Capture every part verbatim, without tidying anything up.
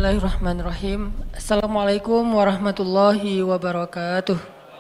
Bismillahirrahmanirrahim. Assalamualaikum warahmatullahi wabarakatuh.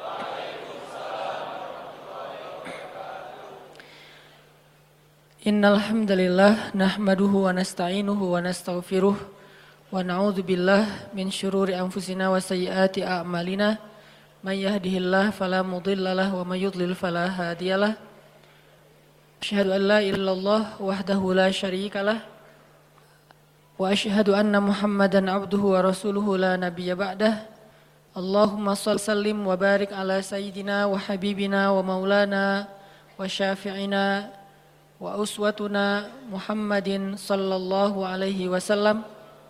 Innal hamdalillah nahmaduhu wa nasta'inuhu wa nastaghfiruh wa na'udzu billah min syururi anfusina wa sayyiati a'malina. May yahdihillahu fala mudhillalah wa may yudlil fala hadiyalah. Asyhadu an la ilaha illallah wahdahu la syarikalah. Wa asyhadu anna Muhammadan abduhu wa rasuluhu la nabiyya ba'dah. Allahumma shalli sallim wa barik ala sayyidina wa habibina wa maulana wa syafi'ina wa uswatuna Muhammadin sallallahu alaihi wasallam.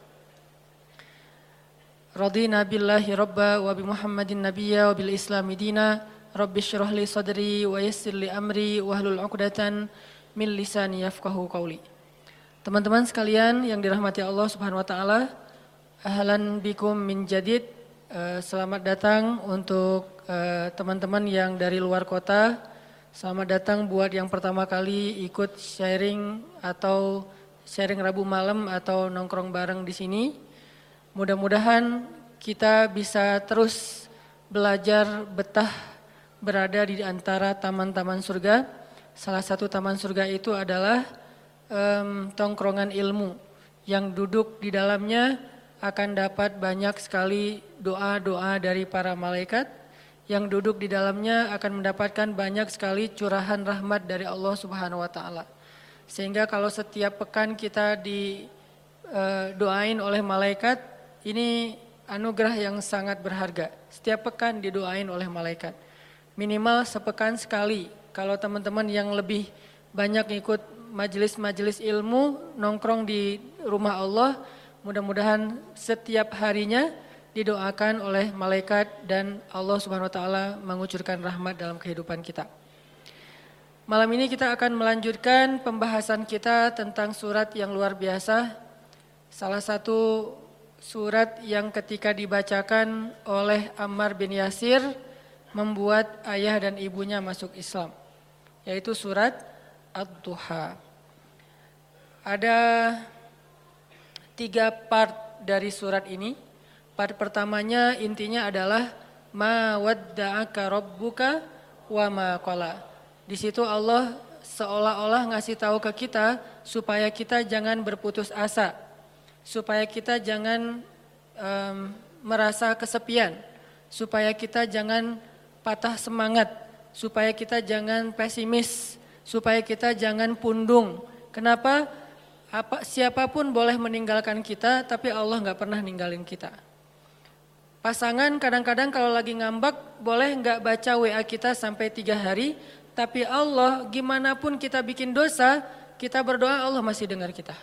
Radina billahi rabba wa bi Muhammadin nabiyya wa bil islami dina. Rabbi shrah li sadri wa yassir li amri wa hlul 'uqdatan min lisani yafqahu qawli. Teman-teman sekalian yang dirahmati Allah Subhanahu wa taala, ahlan bikum min jadid. Selamat datang untuk teman-teman yang dari luar kota. Selamat datang buat yang pertama kali ikut sharing atau sharing Rabu malam atau nongkrong bareng di sini. Mudah-mudahan kita bisa terus belajar betah berada di antara taman-taman surga. Salah satu taman surga itu adalah Um, tongkrongan ilmu yang duduk di dalamnya akan dapat banyak sekali doa-doa dari para malaikat, yang duduk di dalamnya akan mendapatkan banyak sekali curahan rahmat dari Allah Subhanahu wa taala. Sehingga kalau setiap pekan kita didoain uh, oleh malaikat, ini anugerah yang sangat berharga. Setiap pekan didoain oleh malaikat. Minimal sepekan sekali. Kalau teman-teman yang lebih banyak ikut majelis-majelis ilmu, nongkrong di rumah Allah, mudah-mudahan setiap harinya didoakan oleh malaikat dan Allah Subhanahu wa taala mengucurkan rahmat dalam kehidupan kita. Malam ini kita akan melanjutkan pembahasan kita tentang surat yang luar biasa. Salah satu surat yang ketika dibacakan oleh Ammar bin Yasir membuat ayah dan ibunya masuk Islam, yaitu surat Ad-Duha. Ada tiga part dari surat ini. Part pertamanya intinya adalah ma wadda'aka rabbuka wa ma qala. Di situ Allah seolah-olah ngasih tahu ke kita supaya kita jangan berputus asa, supaya kita jangan um, merasa kesepian, supaya kita jangan patah semangat, supaya kita jangan pesimis, supaya kita jangan pundung. Kenapa? Apa, siapapun boleh meninggalkan kita, tapi Allah gak pernah ninggalin kita. Pasangan kadang-kadang kalau lagi ngambek, boleh gak baca W A kita sampai tiga hari, tapi Allah gimana pun kita bikin dosa, kita berdoa Allah masih dengar kita.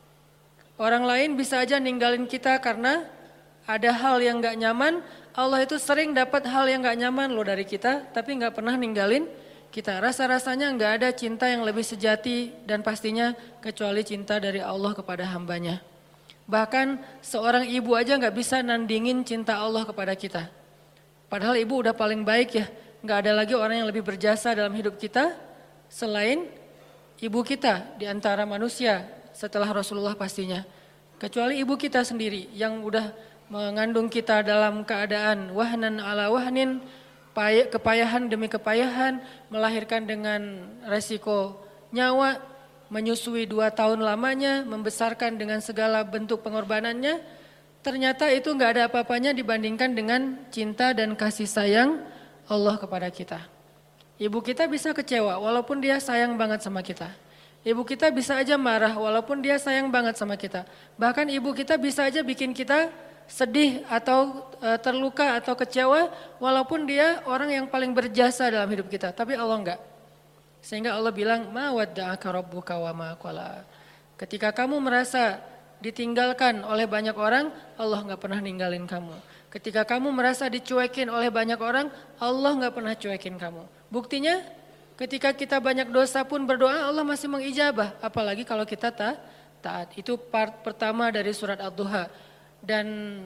Orang lain bisa aja ninggalin kita karena ada hal yang gak nyaman. Allah itu sering dapat hal yang gak nyaman loh dari kita, tapi gak pernah ninggalin kita. Rasa-rasanya gak ada cinta yang lebih sejati dan pastinya kecuali cinta dari Allah kepada hambanya. Bahkan seorang ibu aja gak bisa nandingin cinta Allah kepada kita. Padahal ibu udah paling baik ya. Gak ada lagi orang yang lebih berjasa dalam hidup kita selain ibu kita di antara manusia setelah Rasulullah pastinya. Kecuali ibu kita sendiri yang udah mengandung kita dalam keadaan wahnan ala wahnin, kepayahan demi kepayahan, melahirkan dengan resiko nyawa, menyusui dua tahun lamanya, membesarkan dengan segala bentuk pengorbanannya. Ternyata itu gak ada apa-apanya dibandingkan dengan cinta dan kasih sayang Allah kepada kita. Ibu kita bisa kecewa walaupun dia sayang banget sama kita. Ibu kita bisa aja marah walaupun dia sayang banget sama kita. Bahkan ibu kita bisa aja bikin kita sedih atau e, terluka atau kecewa walaupun dia orang yang paling berjasa dalam hidup kita, tapi Allah enggak. Sehingga Allah bilang ma wadda'aka rabbuka wa ma qala. Ketika kamu merasa ditinggalkan oleh banyak orang, Allah enggak pernah ninggalin kamu. Ketika kamu merasa dicuekin oleh banyak orang, Allah enggak pernah cuekin kamu. Buktinya ketika kita banyak dosa pun berdoa Allah masih mengijabah, apalagi kalau kita ta, taat. Itu part pertama dari surat Ad-Duha. Dan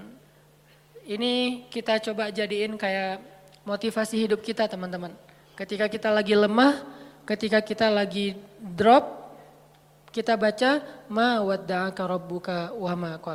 ini kita coba jadiin kayak motivasi hidup kita teman-teman. Ketika kita lagi lemah, ketika kita lagi drop, kita baca ma wadda'aka rabbuka wa ma qala.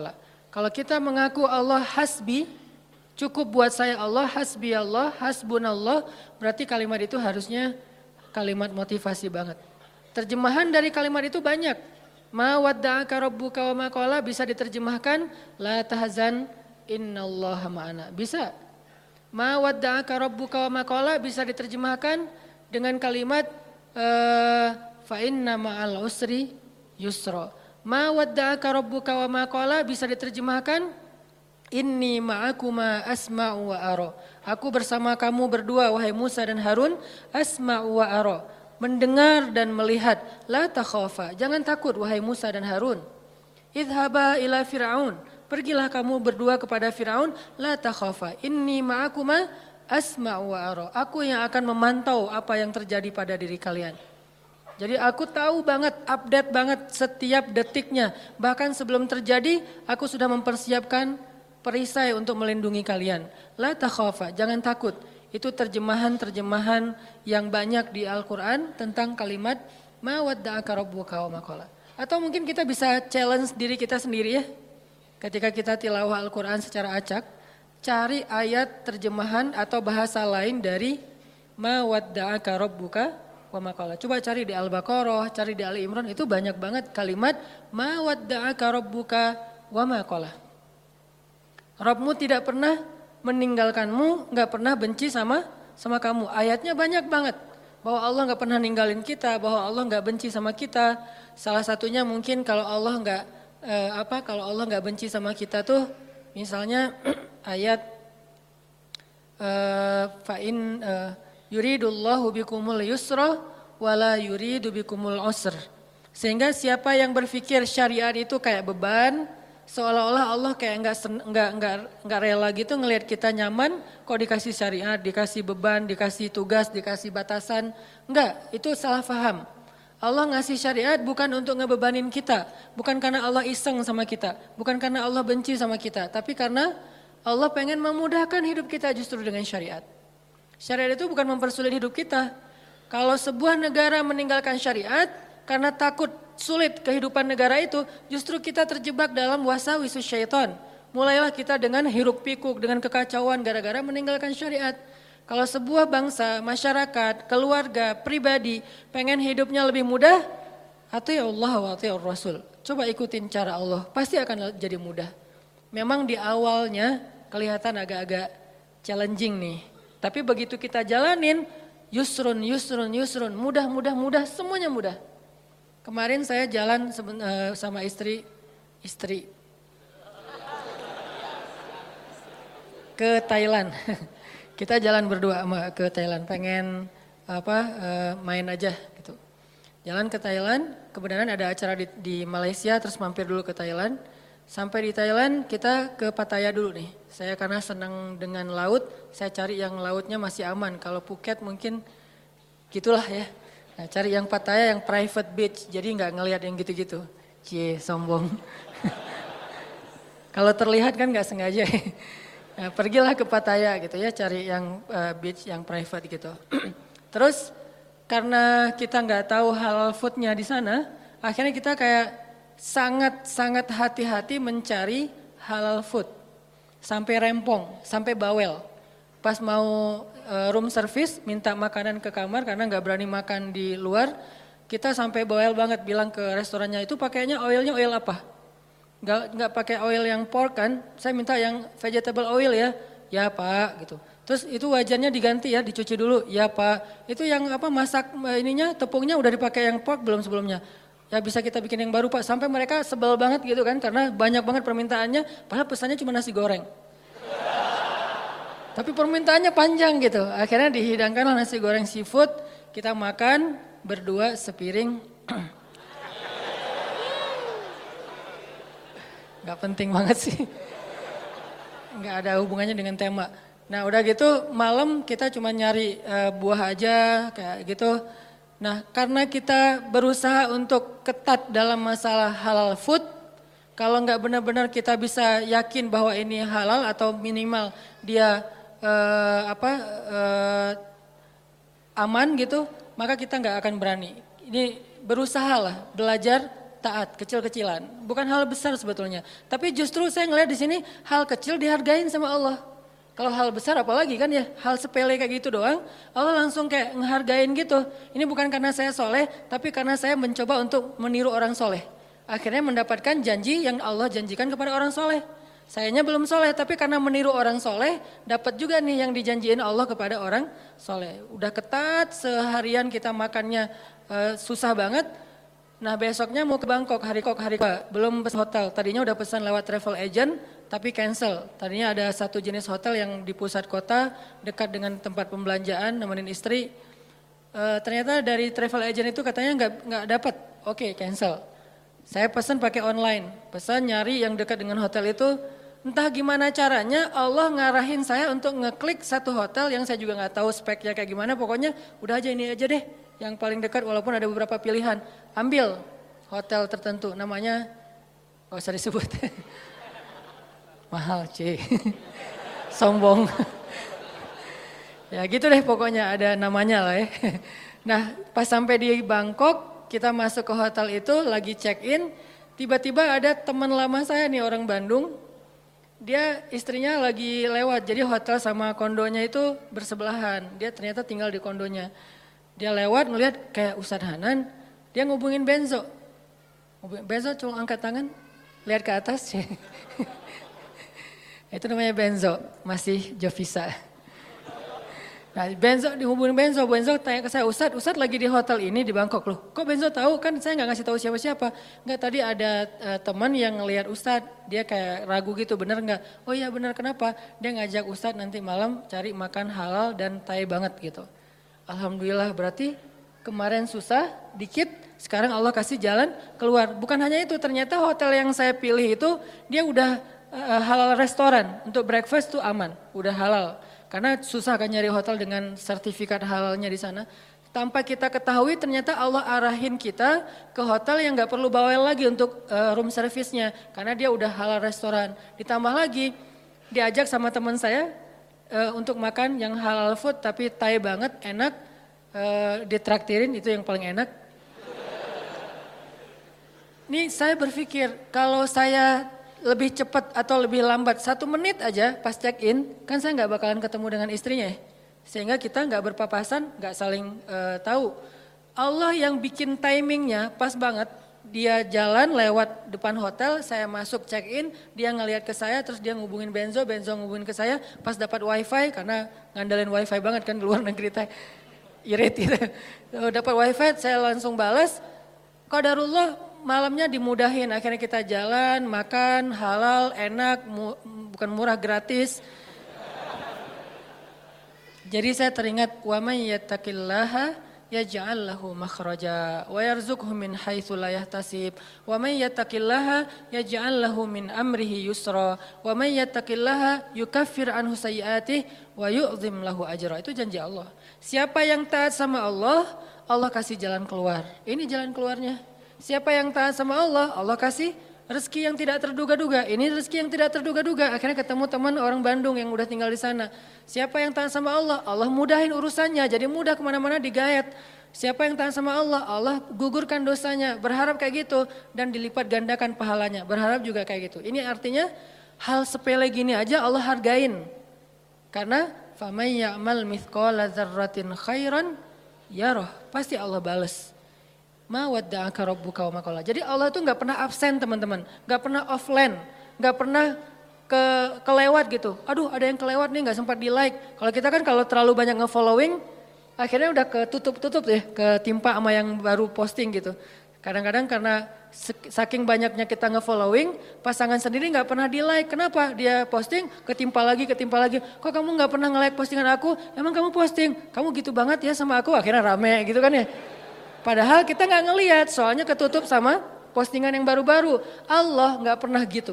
Kalau kita mengaku Allah hasbi, cukup buat saya Allah, hasbi Allah, hasbunallah, berarti kalimat itu harusnya kalimat motivasi banget. Terjemahan dari kalimat itu banyak. Ma wadda'aka rabbuka wa ma qala bisa diterjemahkan la tahzan innallaha ma'ana. Bisa. Ma wadda'aka rabbuka wa ma qala bisa diterjemahkan dengan kalimat uh, fa inna ma'al usri yusra. Ma wadda'aka rabbuka wa ma qala bisa diterjemahkan inni ma'akuma asma'u wa ara. Aku bersama kamu berdua wahai Musa dan Harun, asma'u wa ara. Mendengar dan melihat. La takhafa, jangan takut wahai Musa dan Harun. Idhaba ila Fir'aun, pergilah kamu berdua kepada Fir'aun. La takhafa, inni ma'akuma asma'u wa ara. Aku yang akan memantau apa yang terjadi pada diri kalian. Jadi aku tahu banget, update banget setiap detiknya. Bahkan sebelum terjadi, aku sudah mempersiapkan perisai untuk melindungi kalian. La takhafa, jangan takut. Itu terjemahan-terjemahan yang banyak di Al-Quran tentang kalimat ma wadda'aka rabbuka wa ma qala. Atau mungkin kita bisa challenge diri kita sendiri ya. Ketika kita tilawah Al-Quran secara acak, cari ayat terjemahan atau bahasa lain dari ma wadda'aka rabbuka wa ma qala. Coba cari di Al-Baqarah, cari di Ali Imran, itu banyak banget kalimat ma wadda'aka rabbuka wa ma qala. Rabbmu tidak pernah meninggalkanmu, enggak pernah benci sama sama kamu. Ayatnya banyak banget bahwa Allah enggak pernah ninggalin kita, bahwa Allah enggak benci sama kita. Salah satunya mungkin kalau Allah enggak eh, apa kalau Allah enggak benci sama kita tuh misalnya ayat eh, fa in eh, yuridullahu bikumul yusra wala yuridu bikumul usr. Sehingga siapa yang berpikir syariat itu kayak beban, seolah-olah Allah kayak enggak enggak enggak enggak rela gitu ngelihat kita nyaman kok dikasih syariat, dikasih beban, dikasih tugas, dikasih batasan. Enggak, itu salah paham. Allah ngasih syariat bukan untuk ngebebanin kita, bukan karena Allah iseng sama kita, bukan karena Allah benci sama kita, tapi karena Allah pengen memudahkan hidup kita justru dengan syariat. Syariat itu bukan mempersulit hidup kita. Kalau sebuah negara meninggalkan syariat karena takut sulit kehidupan negara itu, justru kita terjebak dalam wasawisus syaitan. Mulailah kita dengan hiruk pikuk, dengan kekacauan gara-gara meninggalkan syariat. Kalau sebuah bangsa, masyarakat, keluarga, pribadi pengen hidupnya lebih mudah, ati Allah wa ati Rasul. Coba ikutin cara Allah, pasti akan jadi mudah. Memang di awalnya kelihatan agak-agak challenging nih. Tapi begitu kita jalanin, yusrun, yusrun, yusrun, mudah, mudah, mudah, semuanya mudah. Kemarin saya jalan sama istri, istri ke Thailand. Kita jalan berdua ke Thailand, pengen apa main aja gitu. Jalan ke Thailand, kebenaran ada acara di, di Malaysia, terus mampir dulu ke Thailand. Sampai di Thailand kita ke Pattaya dulu nih. Saya karena senang dengan laut, saya cari yang lautnya masih aman. Kalau Phuket mungkin gitulah ya. Nah, cari yang Pattaya yang private beach, jadi nggak ngelihat yang gitu-gitu. Cie, sombong. Kalau terlihat kan nggak sengaja. Nah, pergilah ke Pattaya gitu ya, cari yang uh, beach yang private gitu. Terus karena kita nggak tahu halal foodnya di sana, akhirnya kita kayak sangat-sangat hati-hati mencari halal food. Sampai rempong, sampai bawel. Pas mau uh, room service minta makanan ke kamar karena nggak berani makan di luar, kita sampai bawel banget bilang ke restorannya itu pakainya oilnya oil apa? Nggak nggak pakai oil yang pork kan? Saya minta yang vegetable oil ya. Ya Pak gitu. Terus itu wajannya diganti ya, dicuci dulu. Ya Pak. Itu yang apa masak ininya tepungnya udah dipakai yang pork belum sebelumnya? Ya bisa kita bikin yang baru Pak. Sampai mereka sebel banget gitu kan karena banyak banget permintaannya. Padahal pesannya cuma nasi goreng. Tapi permintaannya panjang gitu. Akhirnya dihidangkanlah nasi goreng seafood. Kita makan berdua sepiring. Gak penting banget sih. Gak ada hubungannya dengan tema. Nah udah gitu malam kita cuma nyari uh, buah aja kayak gitu. Nah karena kita berusaha untuk ketat dalam masalah halal food, kalau nggak benar-benar kita bisa yakin bahwa ini halal atau minimal dia eh, apa eh, aman gitu, maka kita nggak akan berani. Ini berusaha lah belajar taat, kecil-kecilan. Bukan hal besar sebetulnya. Tapi justru saya ngelihat di sini hal kecil dihargain sama Allah. Kalau hal besar apalagi kan ya, hal sepele kayak gitu doang, Allah langsung kayak ngehargain gitu. Ini bukan karena saya soleh, tapi karena saya mencoba untuk meniru orang soleh. Akhirnya mendapatkan janji yang Allah janjikan kepada orang soleh. Sayanya belum soleh, tapi karena meniru orang soleh, dapat juga nih yang dijanjiin Allah kepada orang soleh. Udah ketat, seharian kita makannya uh, susah banget. Nah besoknya mau ke Bangkok, hari kok hari kok belum pesan hotel. Tadinya udah pesan lewat travel agent, tapi cancel. Tadinya ada satu jenis hotel yang di pusat kota, dekat dengan tempat pembelanjaan, nemenin istri. E, ternyata dari travel agent itu katanya nggak nggak dapat. Oke, cancel. Saya pesan pakai online, pesan nyari yang dekat dengan hotel itu. Entah gimana caranya Allah ngarahin saya untuk ngeklik satu hotel yang saya juga nggak tahu speknya kayak gimana. Pokoknya udah aja ini aja deh, yang paling dekat walaupun ada beberapa pilihan. Ambil hotel tertentu, namanya nggak usah disebut. Mahal C, sombong. Ya gitu deh pokoknya ada namanya lah ya. Nah pas sampai di Bangkok kita masuk ke hotel itu lagi check in. Tiba-tiba ada teman lama saya nih orang Bandung. Dia istrinya lagi lewat jadi hotel sama kondonya itu bersebelahan. Dia ternyata tinggal di kondonya. Dia lewat ngeliat kayak Ustadz Hanan. Dia ngubungin Benzo. Benzo cuma angkat tangan. Lihat ke atas. Itu namanya Benzo, masih Jovisa. Nah Benzo dihubungin Benzo, Benzo tanya ke saya, Ustadz, Ustadz lagi di hotel ini di Bangkok loh. Kok Benzo tahu? Kan saya nggak ngasih tahu siapa-siapa. Nggak, tadi ada uh, teman yang ngelihat Ustadz, dia kayak ragu gitu, bener nggak? Oh iya bener, kenapa? Dia ngajak Ustadz nanti malam cari makan halal dan Thai banget gitu. Alhamdulillah berarti kemarin susah, dikit, sekarang Allah kasih jalan keluar. Bukan hanya itu, ternyata hotel yang saya pilih itu dia udah Uh, halal restoran, untuk breakfast tuh aman, udah halal. Karena susah kan nyari hotel dengan sertifikat halalnya di sana. Tanpa kita ketahui ternyata Allah arahin kita ke hotel yang gak perlu bawel lagi untuk uh, room service-nya. Karena dia udah halal restoran. Ditambah lagi diajak sama teman saya uh, untuk makan yang halal food tapi Thai banget, enak. Uh, ditraktirin itu yang paling enak. Nih saya berpikir kalau saya lebih cepat atau lebih lambat satu menit aja pas check in, kan saya nggak bakalan ketemu dengan istrinya, sehingga kita nggak berpapasan, nggak saling uh, tahu. Allah yang bikin timingnya pas banget, dia jalan lewat depan hotel, saya masuk check in, dia ngelihat ke saya, terus dia ngubungin Benzo, Benzo ngubungin ke saya, pas dapat wifi karena ngandalin wifi banget kan di luar negeri teh, irit gitu. Dapat wifi, saya langsung balas, qadarullah. Malamnya dimudahin, akhirnya kita jalan, makan, halal, enak, mu, bukan murah, gratis. Jadi saya teringat, wa may yattaqillaha yaj'al lahu makhraja wa yarzuqhu min haitsu la yahtasib wa may yattaqillaha yaj'al lahu min amrihi yusra wa may yattaqillaha yukaffir anhu sayyi'atihi wa yu'zim lahu ajra. Itu janji Allah. Siapa yang taat sama Allah, Allah kasih jalan keluar. Ini jalan keluarnya. Siapa yang taat sama Allah, Allah kasih rezeki yang tidak terduga-duga. Ini rezeki yang tidak terduga-duga. Akhirnya ketemu teman orang Bandung yang udah tinggal di sana. Siapa yang taat sama Allah, Allah mudahin urusannya. Jadi mudah kemana-mana digayat. Siapa yang taat sama Allah, Allah gugurkan dosanya. Berharap kayak gitu dan dilipat gandakan pahalanya. Berharap juga kayak gitu. Ini artinya hal sepele gini aja Allah hargain. Karena faman ya'mal mithqala dzarratin khairan yarah. Pasti Allah bales. Ma wadda'aka rabbuka wa ma qala. Jadi Allah itu nggak pernah absen teman-teman, nggak pernah offline, nggak pernah ke kelewat gitu. Aduh ada yang kelewat nih nggak sempat di like. Kalau kita kan kalau terlalu banyak nge-following, akhirnya udah ketutup-tutup deh, ketimpa sama yang baru posting gitu. Kadang-kadang karena saking banyaknya kita nge-following, pasangan sendiri nggak pernah di like. Kenapa? Dia posting, ketimpa lagi, ketimpa lagi. Kok kamu nggak pernah nge-like postingan aku? Emang kamu posting? Kamu gitu banget ya sama aku? Akhirnya rame gitu kan ya. Padahal kita nggak ngelihat, soalnya ketutup sama postingan yang baru-baru. Allah nggak pernah gitu.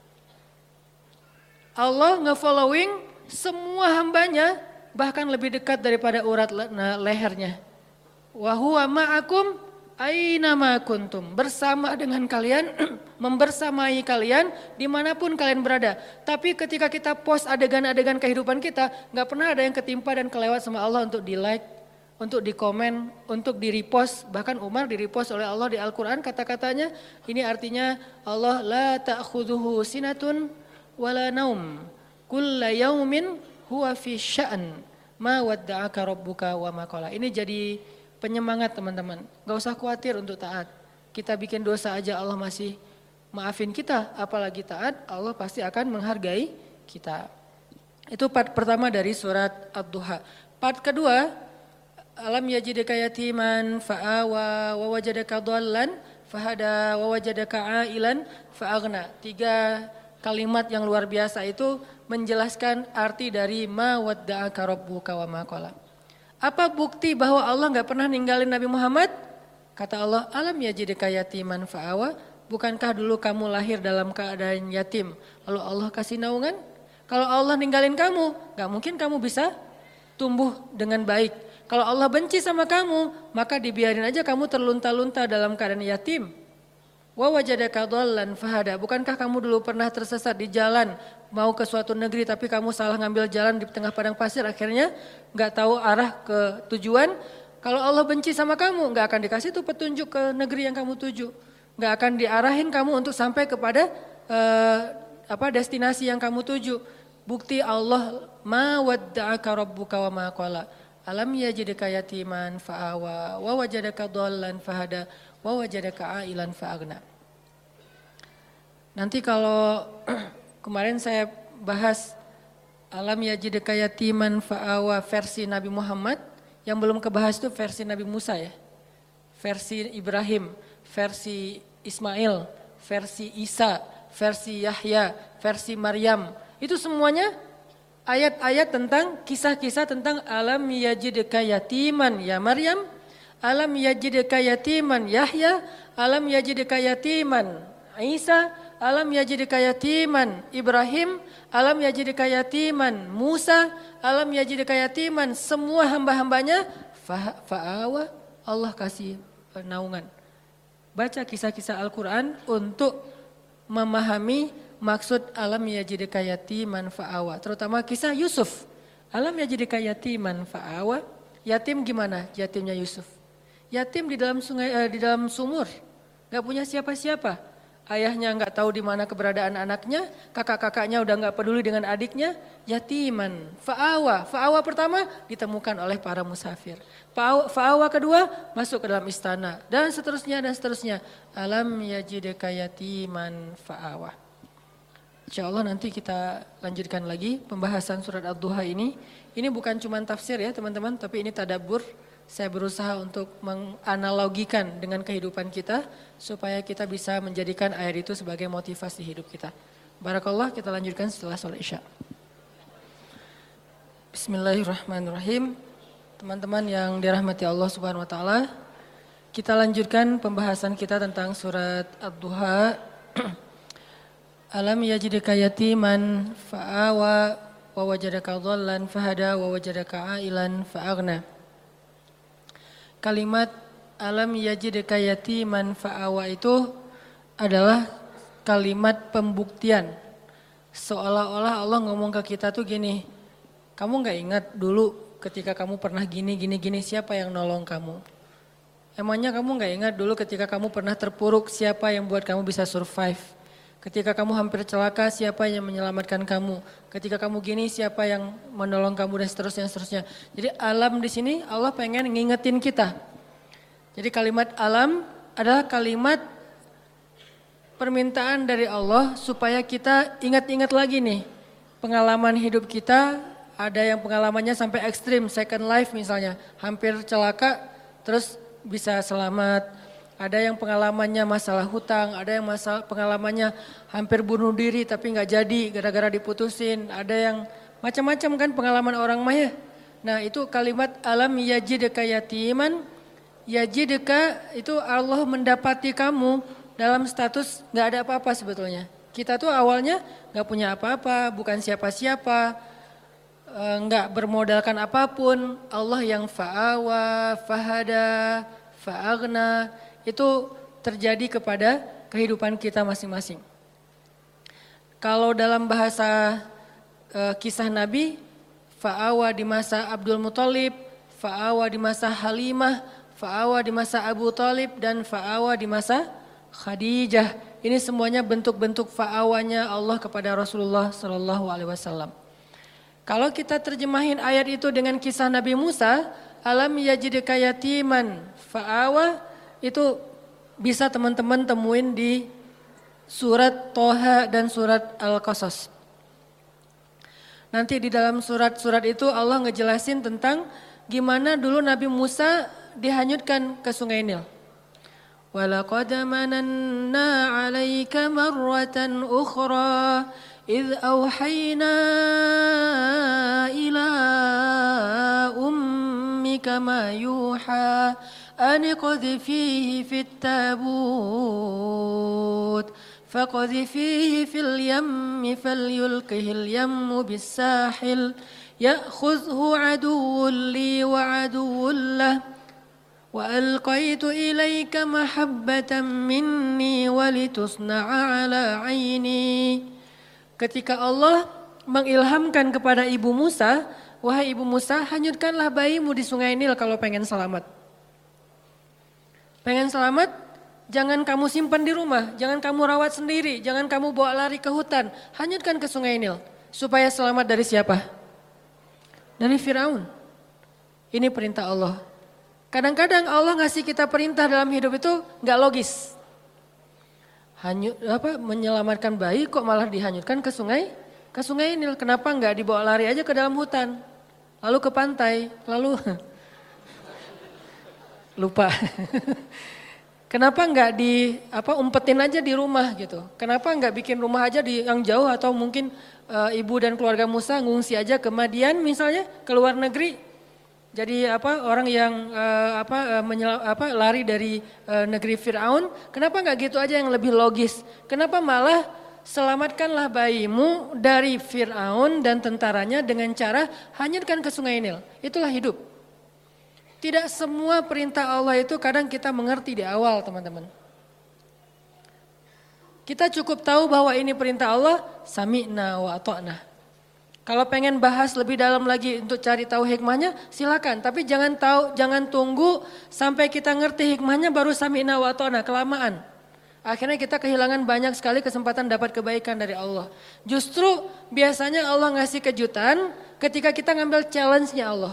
Allah nge-following semua hambanya, bahkan lebih dekat daripada urat lehernya. Wa huwa ma'akum aina ma kuntum. Bersama dengan kalian, membersamai kalian dimanapun kalian berada. Tapi ketika kita post adegan-adegan kehidupan kita, nggak pernah ada yang ketimpa dan kelewat sama Allah untuk di like, untuk dikomen, untuk di-repost, bahkan Umar di-repost oleh Allah di Al-Quran kata-katanya, ini artinya Allah la ta'khudhuhu sinatun wala naum, kulla yaumin huwa fi sya'an, ma wadda'aka rabbuka wa ma qala. Ini jadi penyemangat teman-teman, gak usah khawatir untuk taat. Kita bikin dosa aja Allah masih maafin kita, apalagi taat, Allah pasti akan menghargai kita. Itu part pertama dari surat Ad-Duha. Part kedua, alam yajidka yatiman fa'awa wa wajadaka dhallan fahada wa wajadaka ailan fa'aghna. Tiga kalimat yang luar biasa itu menjelaskan arti dari ma wadda'aka rabbuka wa ma qala. Apa bukti bahwa Allah enggak pernah ninggalin Nabi Muhammad? Kata Allah, alam yajidka yatiman fa'awa, bukankah dulu kamu lahir dalam keadaan yatim, lalu Allah kasih naungan? Kalau Allah ninggalin kamu, enggak mungkin kamu bisa tumbuh dengan baik. Kalau Allah benci sama kamu, maka dibiarin aja kamu terlunta-lunta dalam keadaan yatim. Wa wajadaka dhallan fahada. Bukankah kamu dulu pernah tersesat di jalan, mau ke suatu negeri tapi kamu salah ngambil jalan di tengah padang pasir, akhirnya enggak tahu arah ke tujuan. Kalau Allah benci sama kamu, enggak akan dikasih tuh petunjuk ke negeri yang kamu tuju. Enggak akan diarahin kamu untuk sampai kepada uh, apa destinasi yang kamu tuju. Bukti Allah ma wadda'aka rabbuka wa ma qala. Alam yajidka yatiman fa'awa wa wajadaka dhallan fahada wa wajadaka ailan fa'aghna. Nanti kalau kemarin saya bahas alam yajidka yatiman fa'awa versi Nabi Muhammad, yang belum kebahas itu versi Nabi Musa ya. Versi Ibrahim, versi Ismail, versi Isa, versi Yahya, versi Maryam. Itu semuanya ayat-ayat tentang kisah-kisah tentang alam yajidka yatiman ya Maryam, alam yajidka yatiman Yahya, alam yajidka yatiman Isa, alam yajidka yatiman Ibrahim, alam yajidka yatiman Musa, alam yajidka yatiman semua hamba-hambanya fa'awa, Allah kasih naungan. Baca kisah-kisah Al-Quran untuk memahami maksud alam yajidka yatiman fa'awa, terutama kisah Yusuf. Alam yajidka yatiman fa'awa, yatim gimana? Yatimnya Yusuf. Yatim di dalam sungai, eh, di dalam sumur, nggak punya siapa-siapa. Ayahnya nggak tahu di mana keberadaan anaknya, kakak-kakaknya udah nggak peduli dengan adiknya. Yatiman fa'awa, fa'awa pertama ditemukan oleh para musafir. Fa'awa kedua masuk ke dalam istana dan seterusnya dan seterusnya. Alam yajidka yatiman fa'awa. Insya Allah nanti kita lanjutkan lagi pembahasan surat Ad-Duha ini. Ini bukan cuma tafsir ya teman-teman, tapi ini tadabbur. Saya berusaha untuk menganalogikan dengan kehidupan kita supaya kita bisa menjadikan ayat itu sebagai motivasi hidup kita. Barakallah, kita lanjutkan setelah sholat Isya. Bismillahirrahmanirrahim. Teman-teman yang dirahmati Allah Subhanahu wa taala, kita lanjutkan pembahasan kita tentang surat Ad-Duha. Alam yajidka yatiman fa'awa wa wajadaka dhallan fahada wa wajadaka ailan fa'aghna. Kalimat alam yajidka yatiman fa'awa itu adalah kalimat pembuktian. Seolah-olah Allah ngomong ke kita tuh gini, kamu gak ingat dulu ketika kamu pernah gini, gini, gini, siapa yang nolong kamu? Emangnya kamu gak ingat dulu ketika kamu pernah terpuruk, siapa yang buat kamu bisa survive? Ketika kamu hampir celaka, siapa yang menyelamatkan kamu? Ketika kamu gini, siapa yang menolong kamu dan seterusnya, seterusnya. Jadi alam di sini Allah pengen ngingetin kita. Jadi kalimat alam adalah kalimat permintaan dari Allah supaya kita ingat-ingat lagi nih. Pengalaman hidup kita, ada yang pengalamannya sampai ekstrim, second life misalnya. Hampir celaka, terus bisa selamat. Ada yang pengalamannya masalah hutang, ada yang masalah pengalamannya hampir bunuh diri tapi nggak jadi gara-gara diputusin. Ada yang macam-macam kan pengalaman orang maya. Nah itu kalimat alam yajidka yatiman, yajidka itu Allah mendapati kamu dalam status nggak ada apa-apa sebetulnya. Kita tuh awalnya nggak punya apa-apa, bukan siapa-siapa, nggak bermodalkan apapun. Allah yang fa'awa, fahada, fa'aghna. Itu terjadi kepada kehidupan kita masing-masing. Kalau dalam bahasa e, kisah Nabi, fa'awa di masa Abdul Muthalib, fa'awa di masa Halimah, fa'awa di masa Abu Talib, dan fa'awa di masa Khadijah. Ini semuanya bentuk-bentuk fa'awanya Allah kepada Rasulullah Sallallahu Alaihi Wasallam. Kalau kita terjemahin ayat itu dengan kisah Nabi Musa, alam yajidka yatiman fa'awa, itu bisa teman-teman temuin di surat Toha dan surat Al-Qasas. Nanti di dalam surat-surat itu Allah ngejelasin tentang gimana dulu Nabi Musa dihanyutkan ke Sungai Nil. Walaqad mananna 'alaika marratan ukhra idh awhayna ila ummika ma yuha an qadhifihi fit tabut فقذفيه في اليم فليلقه اليم بالساحل يأخذه عدو لي وعدو له وألقيت إليك محبة مني ولتصنع على عيني. Ketika Allah mengilhamkan kepada ibu Musa, wahai ibu Musa, hanyutkanlah bayimu di Sungai Nil kalau pengen selamat. Pengen selamat? Jangan kamu simpan di rumah, jangan kamu rawat sendiri, jangan kamu bawa lari ke hutan. Hanyutkan ke Sungai Nil. Supaya selamat dari siapa? Dari Firaun. Ini perintah Allah. Kadang-kadang Allah ngasih kita perintah dalam hidup itu gak logis. Hanyut, apa, menyelamatkan bayi kok malah dihanyutkan ke sungai? Ke Sungai Nil. Kenapa gak dibawa lari aja ke dalam hutan? Lalu ke pantai, lalu lupa. Kenapa nggak di apa umpetin aja di rumah gitu? Kenapa nggak bikin rumah aja di yang jauh, atau mungkin e, ibu dan keluarga Musa ngungsi aja ke Madian misalnya, ke luar negeri. Jadi apa orang yang e, apa, e, menyel, apa lari dari e, negeri Firaun? Kenapa nggak gitu aja yang lebih logis? Kenapa malah selamatkanlah bayimu dari Firaun dan tentaranya dengan cara hanyutkan ke Sungai Nil? Itulah hidup. Tidak semua perintah Allah itu kadang kita mengerti di awal, teman-teman. Kita cukup tahu bahwa ini perintah Allah, sami'na wa ata'na. Kalau pengen bahas lebih dalam lagi untuk cari tahu hikmahnya, silakan. Tapi jangan tahu, jangan tunggu sampai kita ngerti hikmahnya baru sami'na wa ata'na, kelamaan. Akhirnya kita kehilangan banyak sekali kesempatan dapat kebaikan dari Allah. Justru biasanya Allah ngasih kejutan ketika kita ngambil challenge-nya Allah.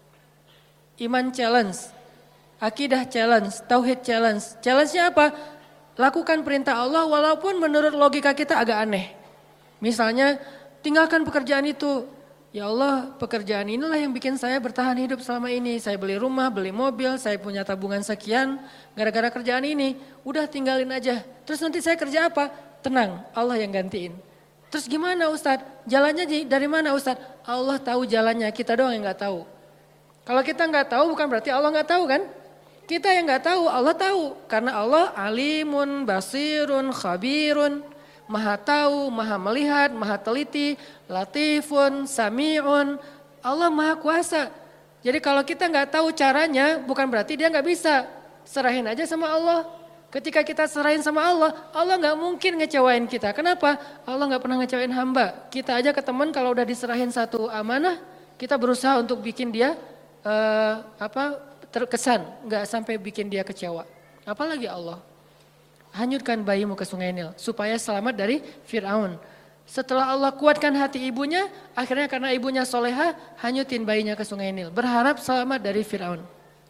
Iman challenge, akidah challenge, tauhid challenge. Challenge-nya apa? Lakukan perintah Allah walaupun menurut logika kita agak aneh. Misalnya, tinggalkan pekerjaan itu. Ya Allah, pekerjaan inilah yang bikin saya bertahan hidup selama ini. Saya beli rumah, beli mobil, saya punya tabungan sekian. Gara-gara kerjaan ini, udah tinggalin aja. Terus nanti saya kerja apa? Tenang, Allah yang gantiin. Terus gimana Ustadz? Jalannya dari mana Ustadz? Allah tahu jalannya, kita doang yang gak tahu. Kalau kita nggak tahu bukan berarti Allah nggak tahu kan? Kita yang nggak tahu, Allah tahu. Karena Allah alimun, basirun, khabirun, maha tahu, maha melihat, maha teliti, latifun, sami'un. Allah maha kuasa. Jadi kalau kita nggak tahu caranya bukan berarti dia nggak bisa. Serahin aja sama Allah. Ketika kita serahin sama Allah, Allah nggak mungkin ngecewain kita. Kenapa? Allah nggak pernah ngecewain hamba. Kita aja ke teman kalau udah diserahin satu amanah, kita berusaha untuk bikin dia Uh, apa terkesan, nggak sampai bikin dia kecewa. Apalagi Allah. Hanyutkan bayimu ke Sungai Nil supaya selamat dari Firaun. Setelah Allah kuatkan hati ibunya, akhirnya karena ibunya soleha, hanyutin bayinya ke Sungai Nil. Berharap selamat dari Firaun.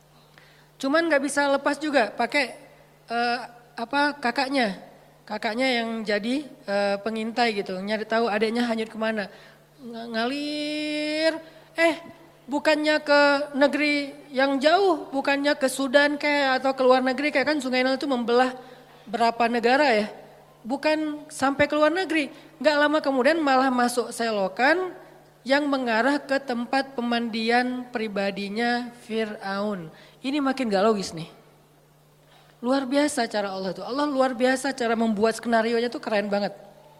Cuman nggak bisa lepas juga, pakai uh, apa kakaknya, kakaknya yang jadi uh, pengintai gitu, nyari tahu adiknya hanyut kemana. Ng- ngalir, eh. Bukannya ke negeri yang jauh, bukannya ke Sudan kayak atau ke luar negeri kayak kan Sungai Nil itu membelah berapa negara ya. Bukan sampai ke luar negeri, gak lama kemudian malah masuk selokan yang mengarah ke tempat pemandian pribadinya Fir'aun. Ini makin gak logis nih. Luar biasa cara Allah tuh, Allah luar biasa cara membuat skenario-nya tuh keren banget.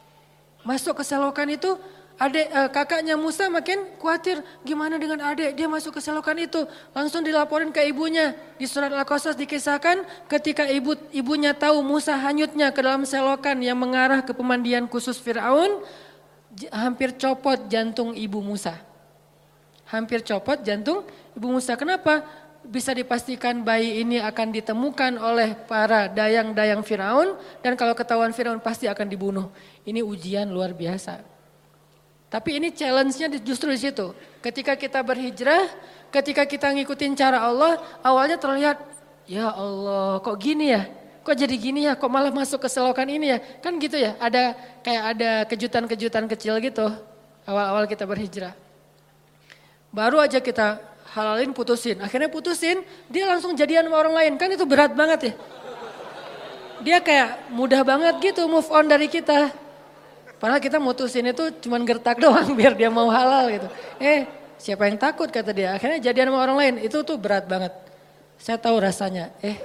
Masuk ke selokan itu, Adik eh, kakaknya Musa makin khawatir, gimana dengan adik, dia masuk ke selokan itu. Langsung dilaporin ke ibunya. Di surat Al-Qasas dikisahkan ketika ibu ibunya tahu Musa hanyutnya ke dalam selokan yang mengarah ke pemandian khusus Fir'aun, hampir copot jantung ibu Musa. hampir copot jantung Ibu Musa. Kenapa? Bisa dipastikan bayi ini akan ditemukan oleh para dayang-dayang Firaun dan kalau ketahuan Firaun pasti akan dibunuh. Ini ujian luar biasa. Tapi ini challenge-nya justru di situ. Ketika kita berhijrah, ketika kita ngikutin cara Allah, awalnya terlihat, ya Allah kok gini ya? Kok jadi gini ya? Kok malah masuk ke selokan ini ya? Kan gitu ya, ada kayak ada kejutan-kejutan kecil gitu awal-awal kita berhijrah. Baru aja kita halalin putusin, akhirnya putusin, dia langsung jadian sama orang lain. Kan itu berat banget ya. Dia kayak mudah banget gitu move on dari kita. Padahal kita mutusin itu cuman gertak doang biar dia mau halal gitu. Eh siapa yang takut kata dia, akhirnya jadian sama orang lain, itu tuh berat banget. Saya tahu rasanya, eh.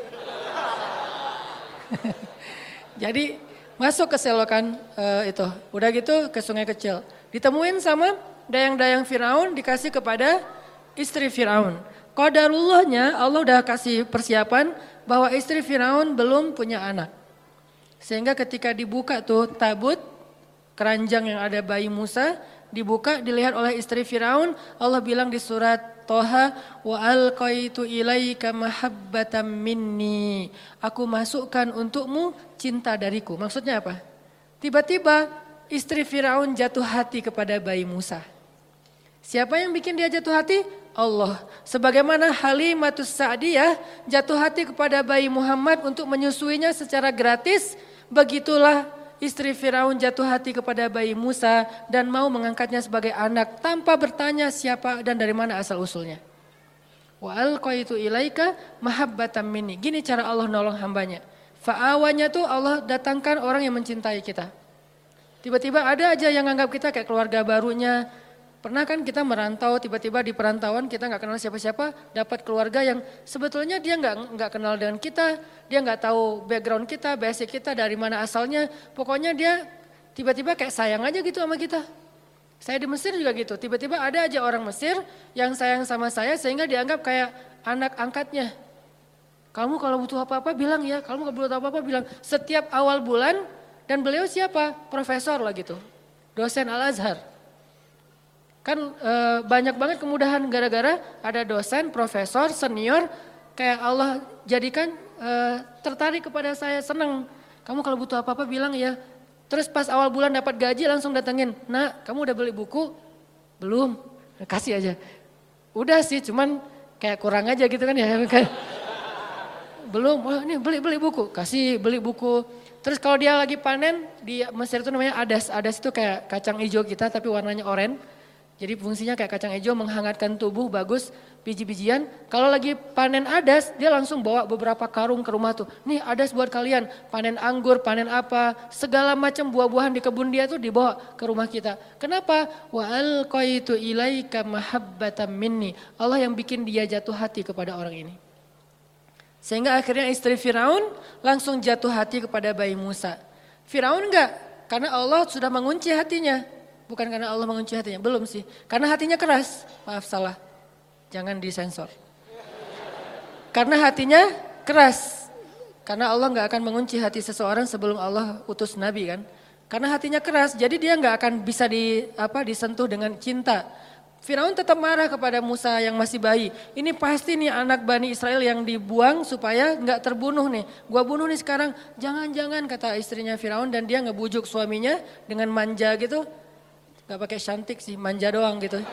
Jadi masuk ke selokan uh, itu, udah gitu ke sungai kecil. Ditemuin sama dayang-dayang Firaun, dikasih kepada istri Firaun. Qadarullahnya Allah udah kasih persiapan bahwa istri Firaun belum punya anak. Sehingga ketika dibuka tuh tabut, keranjang yang ada bayi Musa, dibuka dilihat oleh istri Firaun. Allah bilang di surat Toha, wa alqaitu ilaika mahabbatan minni. Aku masukkan untukmu cinta dariku. Maksudnya apa? Tiba-tiba istri Firaun jatuh hati kepada bayi Musa. Siapa yang bikin dia jatuh hati? Allah. Sebagaimana Halimatus Sa'diyah jatuh hati kepada bayi Muhammad untuk menyusuinya secara gratis, begitulah istri Firaun jatuh hati kepada bayi Musa dan mau mengangkatnya sebagai anak tanpa bertanya siapa dan dari mana asal usulnya. Wa alqaitu ilaika mahabbatan minni. Gini cara Allah nolong hambanya. Fa'awanya tuh Allah datangkan orang yang mencintai kita. Tiba-tiba ada aja yang anggap kita kayak keluarga barunya. Pernah kan kita merantau, tiba-tiba di perantauan kita nggak kenal siapa-siapa, dapat keluarga yang sebetulnya dia nggak nggak kenal dengan kita, dia nggak tahu background kita, basic kita, dari mana asalnya. Pokoknya dia tiba-tiba kayak sayang aja gitu sama kita. Saya di Mesir juga gitu, tiba-tiba ada aja orang Mesir yang sayang sama saya sehingga dianggap kayak anak angkatnya. Kamu kalau butuh apa-apa bilang ya, kamu kalau butuh apa-apa bilang. Setiap awal bulan, dan beliau siapa? Profesor lah gitu, dosen Al-Azhar. Kan e, banyak banget kemudahan gara-gara ada dosen, profesor, senior, kayak Allah jadikan e, tertarik kepada saya, senang. Kamu kalau butuh apa-apa bilang ya. Terus pas awal bulan dapat gaji langsung datengin, nak kamu udah beli buku? Belum, kasih aja. Udah sih cuman kayak kurang aja gitu kan ya. Belum, oh, ini beli beli buku, kasih beli buku. Terus kalau dia lagi panen, di Mesir itu namanya adas. Adas itu kayak kacang hijau kita tapi warnanya oranye. Jadi fungsinya kayak kacang hijau menghangatkan tubuh, bagus, biji-bijian. Kalau lagi panen adas, dia langsung bawa beberapa karung ke rumah tuh. Nih adas buat kalian, panen anggur, panen apa, segala macam buah-buahan di kebun dia tuh dibawa ke rumah kita. Kenapa? Wa alqaitu ilaika mahabbatan minni. Allah yang bikin dia jatuh hati kepada orang ini. Sehingga akhirnya istri Firaun langsung jatuh hati kepada bayi Musa. Firaun enggak, karena Allah sudah mengunci hatinya. Bukan karena Allah mengunci hatinya, belum sih. Karena hatinya keras, maaf salah, jangan disensor. Karena hatinya keras, karena Allah gak akan mengunci hati seseorang sebelum Allah utus Nabi kan. Karena hatinya keras, jadi dia gak akan bisa di, apa, disentuh dengan cinta. Firaun tetap marah kepada Musa yang masih bayi. Ini pasti nih anak Bani Israel yang dibuang supaya gak terbunuh nih. Gua bunuh nih sekarang, jangan-jangan kata istrinya Firaun dan dia ngebujuk suaminya dengan manja gitu. Gak pakai cantik sih, manja doang gitu.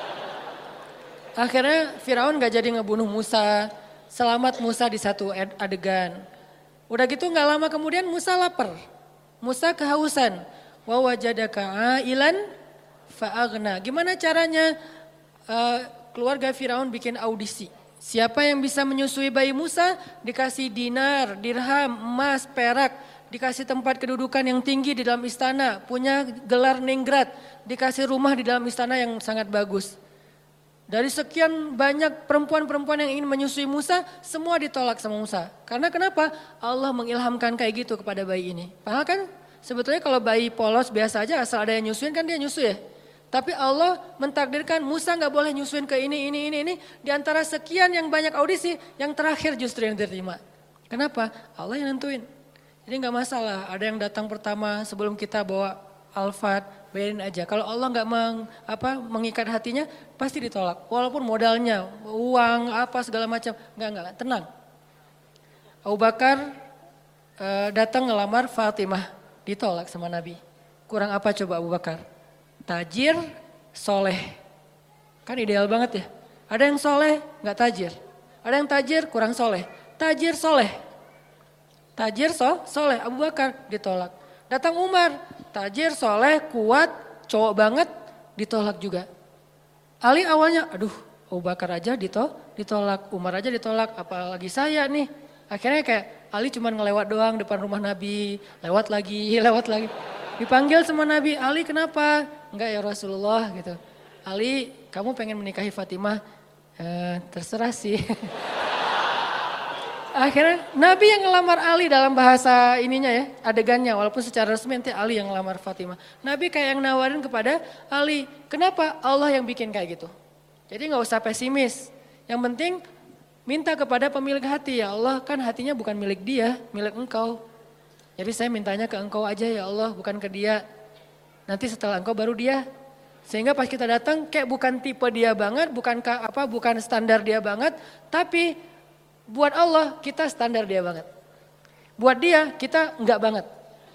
Akhirnya Firaun gak jadi ngebunuh Musa, selamat Musa di satu adegan. Udah gitu gak lama kemudian Musa lapar, Musa kehausan. Wa wajadaka ailan fa'aghna. Gimana caranya uh, keluarga Firaun bikin audisi. Siapa yang bisa menyusui bayi Musa dikasih dinar, dirham, emas, perak. Dikasih tempat kedudukan yang tinggi di dalam istana, punya gelar ningrat, dikasih rumah di dalam istana yang sangat bagus. Dari sekian banyak perempuan-perempuan yang ingin menyusui Musa, semua ditolak sama Musa. Karena kenapa? Allah mengilhamkan kayak gitu kepada bayi ini. Padahal kan sebetulnya kalau bayi polos biasa aja asal ada yang nyusuin kan dia nyusu ya. Tapi Allah mentakdirkan Musa gak boleh nyusuin ke ini, ini, ini, ini. Di antara sekian yang banyak audisi, yang terakhir justru yang diterima. Kenapa? Allah yang nentuin. Jadi gak masalah, ada yang datang pertama sebelum kita bawa Alphard, bayarin aja. Kalau Allah nggak meng, apa, mengikat hatinya, pasti ditolak. Walaupun modalnya, uang, apa segala macam, nggak nggak tenang. Abu Bakar e, datang ngelamar Fatimah, ditolak sama Nabi. Kurang apa coba Abu Bakar? Tajir, soleh. Kan ideal banget ya. Ada yang soleh, nggak tajir. Ada yang tajir, kurang soleh. Tajir, soleh. Tajir, so, soleh. Abu Bakar ditolak. Datang Umar, tajir, soleh, kuat, cowok banget, ditolak juga. Ali awalnya, aduh Abu Bakar aja ditolak, Umar aja ditolak, apalagi saya nih. Akhirnya kayak Ali cuma ngelewat doang depan rumah Nabi, lewat lagi, lewat lagi. Dipanggil sama Nabi, Ali kenapa? Enggak ya Rasulullah gitu. Ali, kamu pengen menikahi Fatimah? Eh, terserah sih. Akhirnya Nabi yang ngelamar Ali dalam bahasa ininya ya, adegannya. Walaupun secara resmi nanti Ali yang ngelamar Fatimah. Nabi kayak yang nawarin kepada Ali. Kenapa? Allah yang bikin kayak gitu. Jadi gak usah pesimis. Yang penting minta kepada pemilik hati. Ya Allah, kan hatinya bukan milik dia, milik engkau. Jadi saya mintanya ke engkau aja ya Allah, bukan ke dia. Nanti setelah engkau baru dia. Sehingga pas kita datang kayak bukan tipe dia banget, bukan apa, bukan standar dia banget, tapi buat Allah kita standar dia banget. Buat dia kita enggak banget.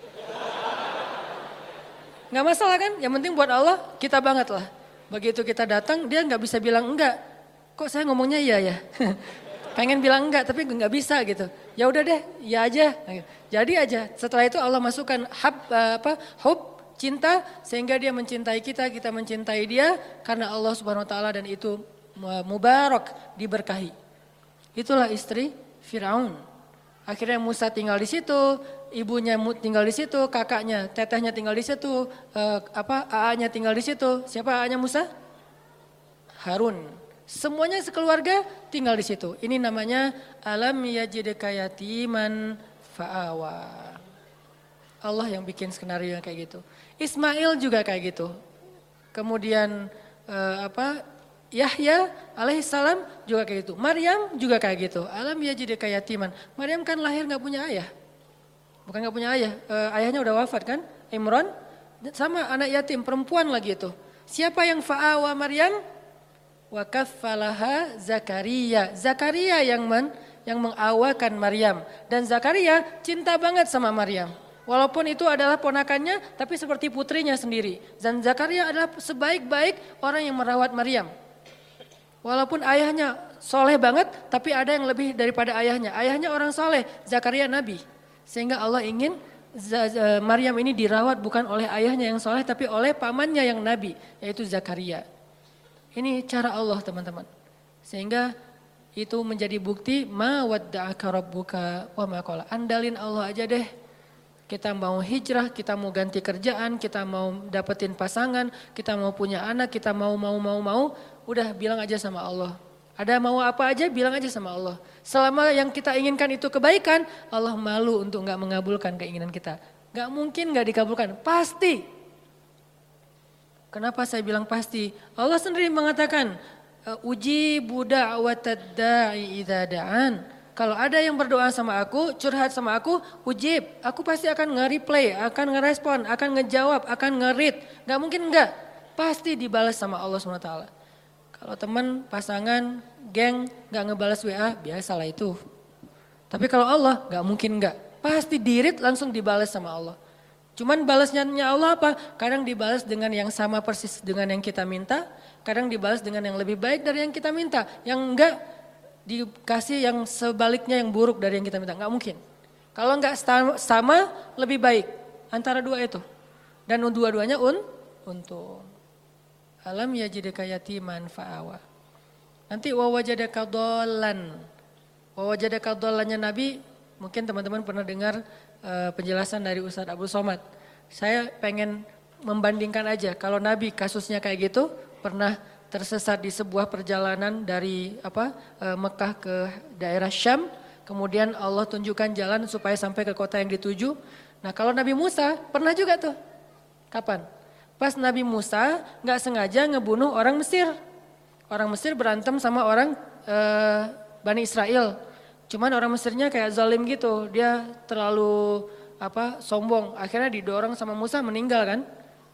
Enggak masalah kan? Yang penting buat Allah kita banget lah. Begitu kita datang dia enggak bisa bilang enggak. Kok saya ngomongnya iya ya? Pengen bilang enggak tapi enggak bisa gitu. Ya udah deh, ya aja. Jadi aja. Setelah itu Allah masukkan hub apa? Hub cinta sehingga dia mencintai kita, kita mencintai dia karena Allah Subhanahu wa taala dan itu mubarak, diberkahi. Itulah istri Firaun. Akhirnya Musa tinggal di situ, ibunya tinggal di situ, kakaknya, tetehnya tinggal di situ, eh, apa A A-nya tinggal di situ. Siapa A A-nya Musa? Harun. Semuanya sekeluarga tinggal di situ. Ini namanya alam yajidka yatiman fa'awa. Allah yang bikin skenario yang kayak gitu. Ismail juga kayak gitu. Kemudian eh, apa? Yahya alaihissalam juga kayak gitu. Maryam juga kayak gitu. Alam yajidka yatiman. Maryam kan lahir nggak punya ayah. Bukan nggak punya ayah. Eh, ayahnya udah wafat kan? Imran sama anak yatim perempuan lagi itu. Siapa yang fa'awa Maryam? Wa kaffalaha Zakaria. Zakaria yang men, yang mengawakan Maryam dan Zakaria cinta banget sama Maryam. Walaupun itu adalah ponakannya, tapi seperti putrinya sendiri. Dan Zakaria adalah sebaik-baik orang yang merawat Maryam. Walaupun ayahnya soleh banget, tapi ada yang lebih daripada ayahnya. Ayahnya orang soleh, Zakaria Nabi. Sehingga Allah ingin Maryam ini dirawat bukan oleh ayahnya yang soleh, tapi oleh pamannya yang Nabi, yaitu Zakaria. Ini cara Allah teman-teman. Sehingga itu menjadi bukti ma wadda'aka rabbuka wa ma qala. Andalin Allah aja deh. Kita mau hijrah, kita mau ganti kerjaan, kita mau dapetin pasangan, kita mau punya anak, kita mau mau mau mau, udah bilang aja sama Allah. Ada mau apa aja bilang aja sama Allah. Selama yang kita inginkan itu kebaikan, Allah malu untuk nggak mengabulkan keinginan kita. Nggak mungkin nggak dikabulkan, pasti. Kenapa saya bilang pasti? Allah sendiri mengatakan, uji budak da'watad da'i idza da'an. Kalau ada yang berdoa sama aku, curhat sama aku, ujib. Aku pasti akan nge-replay, akan ngerespon, akan ngejawab, akan nge-read. Gak mungkin enggak. Pasti dibalas sama Allah subhanahu wa taala. Kalau teman, pasangan, geng gak ngebalas W A, biasalah itu. Tapi kalau Allah gak mungkin enggak. Pasti di-read langsung dibalas sama Allah. Cuman balasnya Allah apa? Kadang dibalas dengan yang sama persis dengan yang kita minta. Kadang dibalas dengan yang lebih baik dari yang kita minta. Yang enggak dikasih yang sebaliknya yang buruk dari yang kita minta. Enggak mungkin. Kalau enggak sama lebih baik. Antara dua itu. Dan dua-duanya un, untung. Alam yajidka yatiman fa'awa. Nanti wawajadaka dhallan. Wawajadaka dhallannya Nabi. Mungkin teman-teman pernah dengar uh, penjelasan dari Ustadz Abdul Somad. Saya pengen membandingkan aja. Kalau Nabi kasusnya kayak gitu. Pernah tersesat di sebuah perjalanan dari apa uh, Mekah ke daerah Syam. Kemudian Allah tunjukkan jalan supaya sampai ke kota yang dituju. Nah kalau Nabi Musa pernah juga tuh. Kapan? Pas Nabi Musa gak sengaja ngebunuh orang Mesir. Orang Mesir berantem sama orang uh, Bani Israel. Cuman orang Mesirnya kayak zalim gitu. Dia terlalu apa sombong. Akhirnya didorong sama Musa meninggal kan.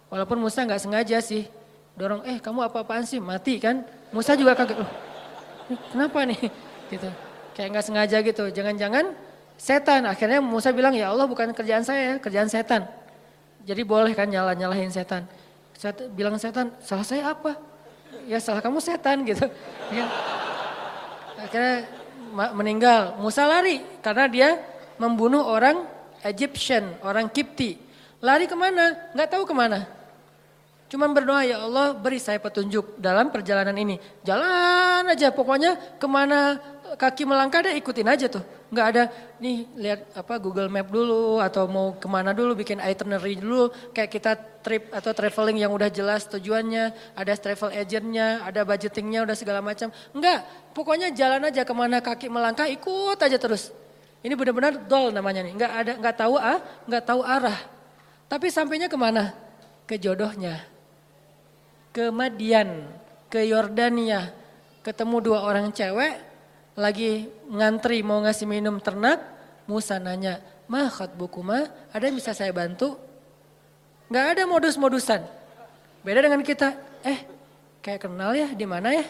Walaupun Musa nggak sengaja sih. Dorong, eh kamu apa-apaan sih, mati kan. Musa juga kaget, loh kenapa nih gitu. Kayak nggak sengaja gitu, jangan-jangan setan. Akhirnya Musa bilang, ya Allah bukan kerjaan saya, kerjaan setan. Jadi boleh kan nyalah-nyalahin setan. Setan. Bilang setan, salah saya apa? Ya salah kamu setan gitu. Ya. Akhirnya meninggal. Musa lari karena dia membunuh orang Egyptian, orang Kipti. Lari kemana? Nggak tahu kemana. Cuman berdoa, ya Allah beri saya petunjuk dalam perjalanan ini. Jalan aja pokoknya kemana kaki melangkah deh ikutin aja tuh. Nggak ada nih lihat apa Google Map dulu atau mau kemana dulu bikin itinerary dulu. Kayak kita trip atau traveling yang udah jelas tujuannya. Ada travel agentnya, ada budgetingnya udah segala macam. Enggak, pokoknya jalan aja kemana kaki melangkah ikut aja terus. Ini benar-benar dol namanya nih. Nggak ada, nggak tahu ah, nggak tahu arah. Tapi sampainya kemana? Ke jodohnya. Ke Madian, ke Yordania. Ketemu dua orang cewek, lagi ngantri mau ngasih minum ternak. Musa nanya, ma khatbukuma, ada yang bisa saya bantu? Gak ada modus-modusan. Beda dengan kita, eh kayak kenal ya, di mana ya?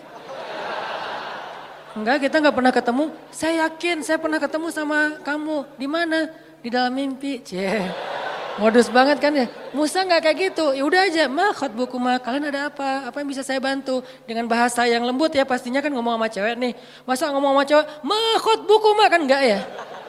Enggak, kita nggak pernah ketemu. Saya yakin saya pernah ketemu sama kamu. Di mana? Di dalam mimpi. Cie. Modus banget kan ya. Musa nggak kayak gitu. Ya udah aja. Ma khatbukuma. Kalian ada apa? Apa yang bisa saya bantu? Dengan bahasa yang lembut ya. Pastinya kan ngomong sama cewek nih. Masa ngomong sama cewek? Ma khatbukuma kan enggak ya?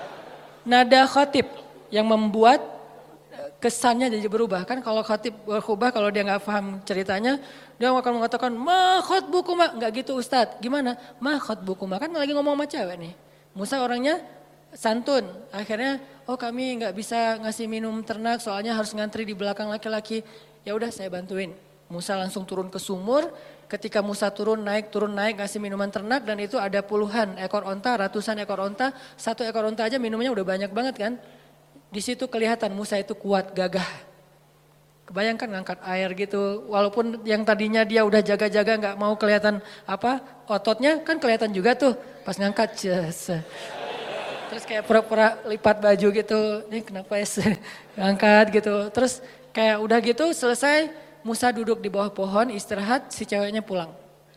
Nada khatib yang membuat kesannya jadi berubah. Kan kalau khatib berubah kalau dia nggak paham ceritanya. Dia akan mengatakan, ma khatbukuma. Enggak gitu Ustadz. Gimana? Ma khatbukuma. Kan lagi ngomong sama cewek nih. Musa orangnya santun. Akhirnya, oh kami nggak bisa ngasih minum ternak soalnya harus ngantri di belakang laki-laki. Ya udah saya bantuin. Musa langsung turun ke sumur. Ketika Musa turun naik, turun naik ngasih minuman ternak. Dan itu ada puluhan ekor onta, ratusan ekor onta. Satu ekor onta aja minumnya udah banyak banget kan. Di situ kelihatan Musa itu kuat, gagah. Kebayangkan ngangkat air gitu, walaupun yang tadinya dia udah jaga-jaga nggak mau kelihatan apa ototnya kan kelihatan juga tuh pas ngangkat. Yes. Terus kayak pura-pura lipat baju gitu, nih kenapa ya ngangkat gitu. Terus kayak udah gitu selesai Musa duduk di bawah pohon istirahat, si ceweknya pulang.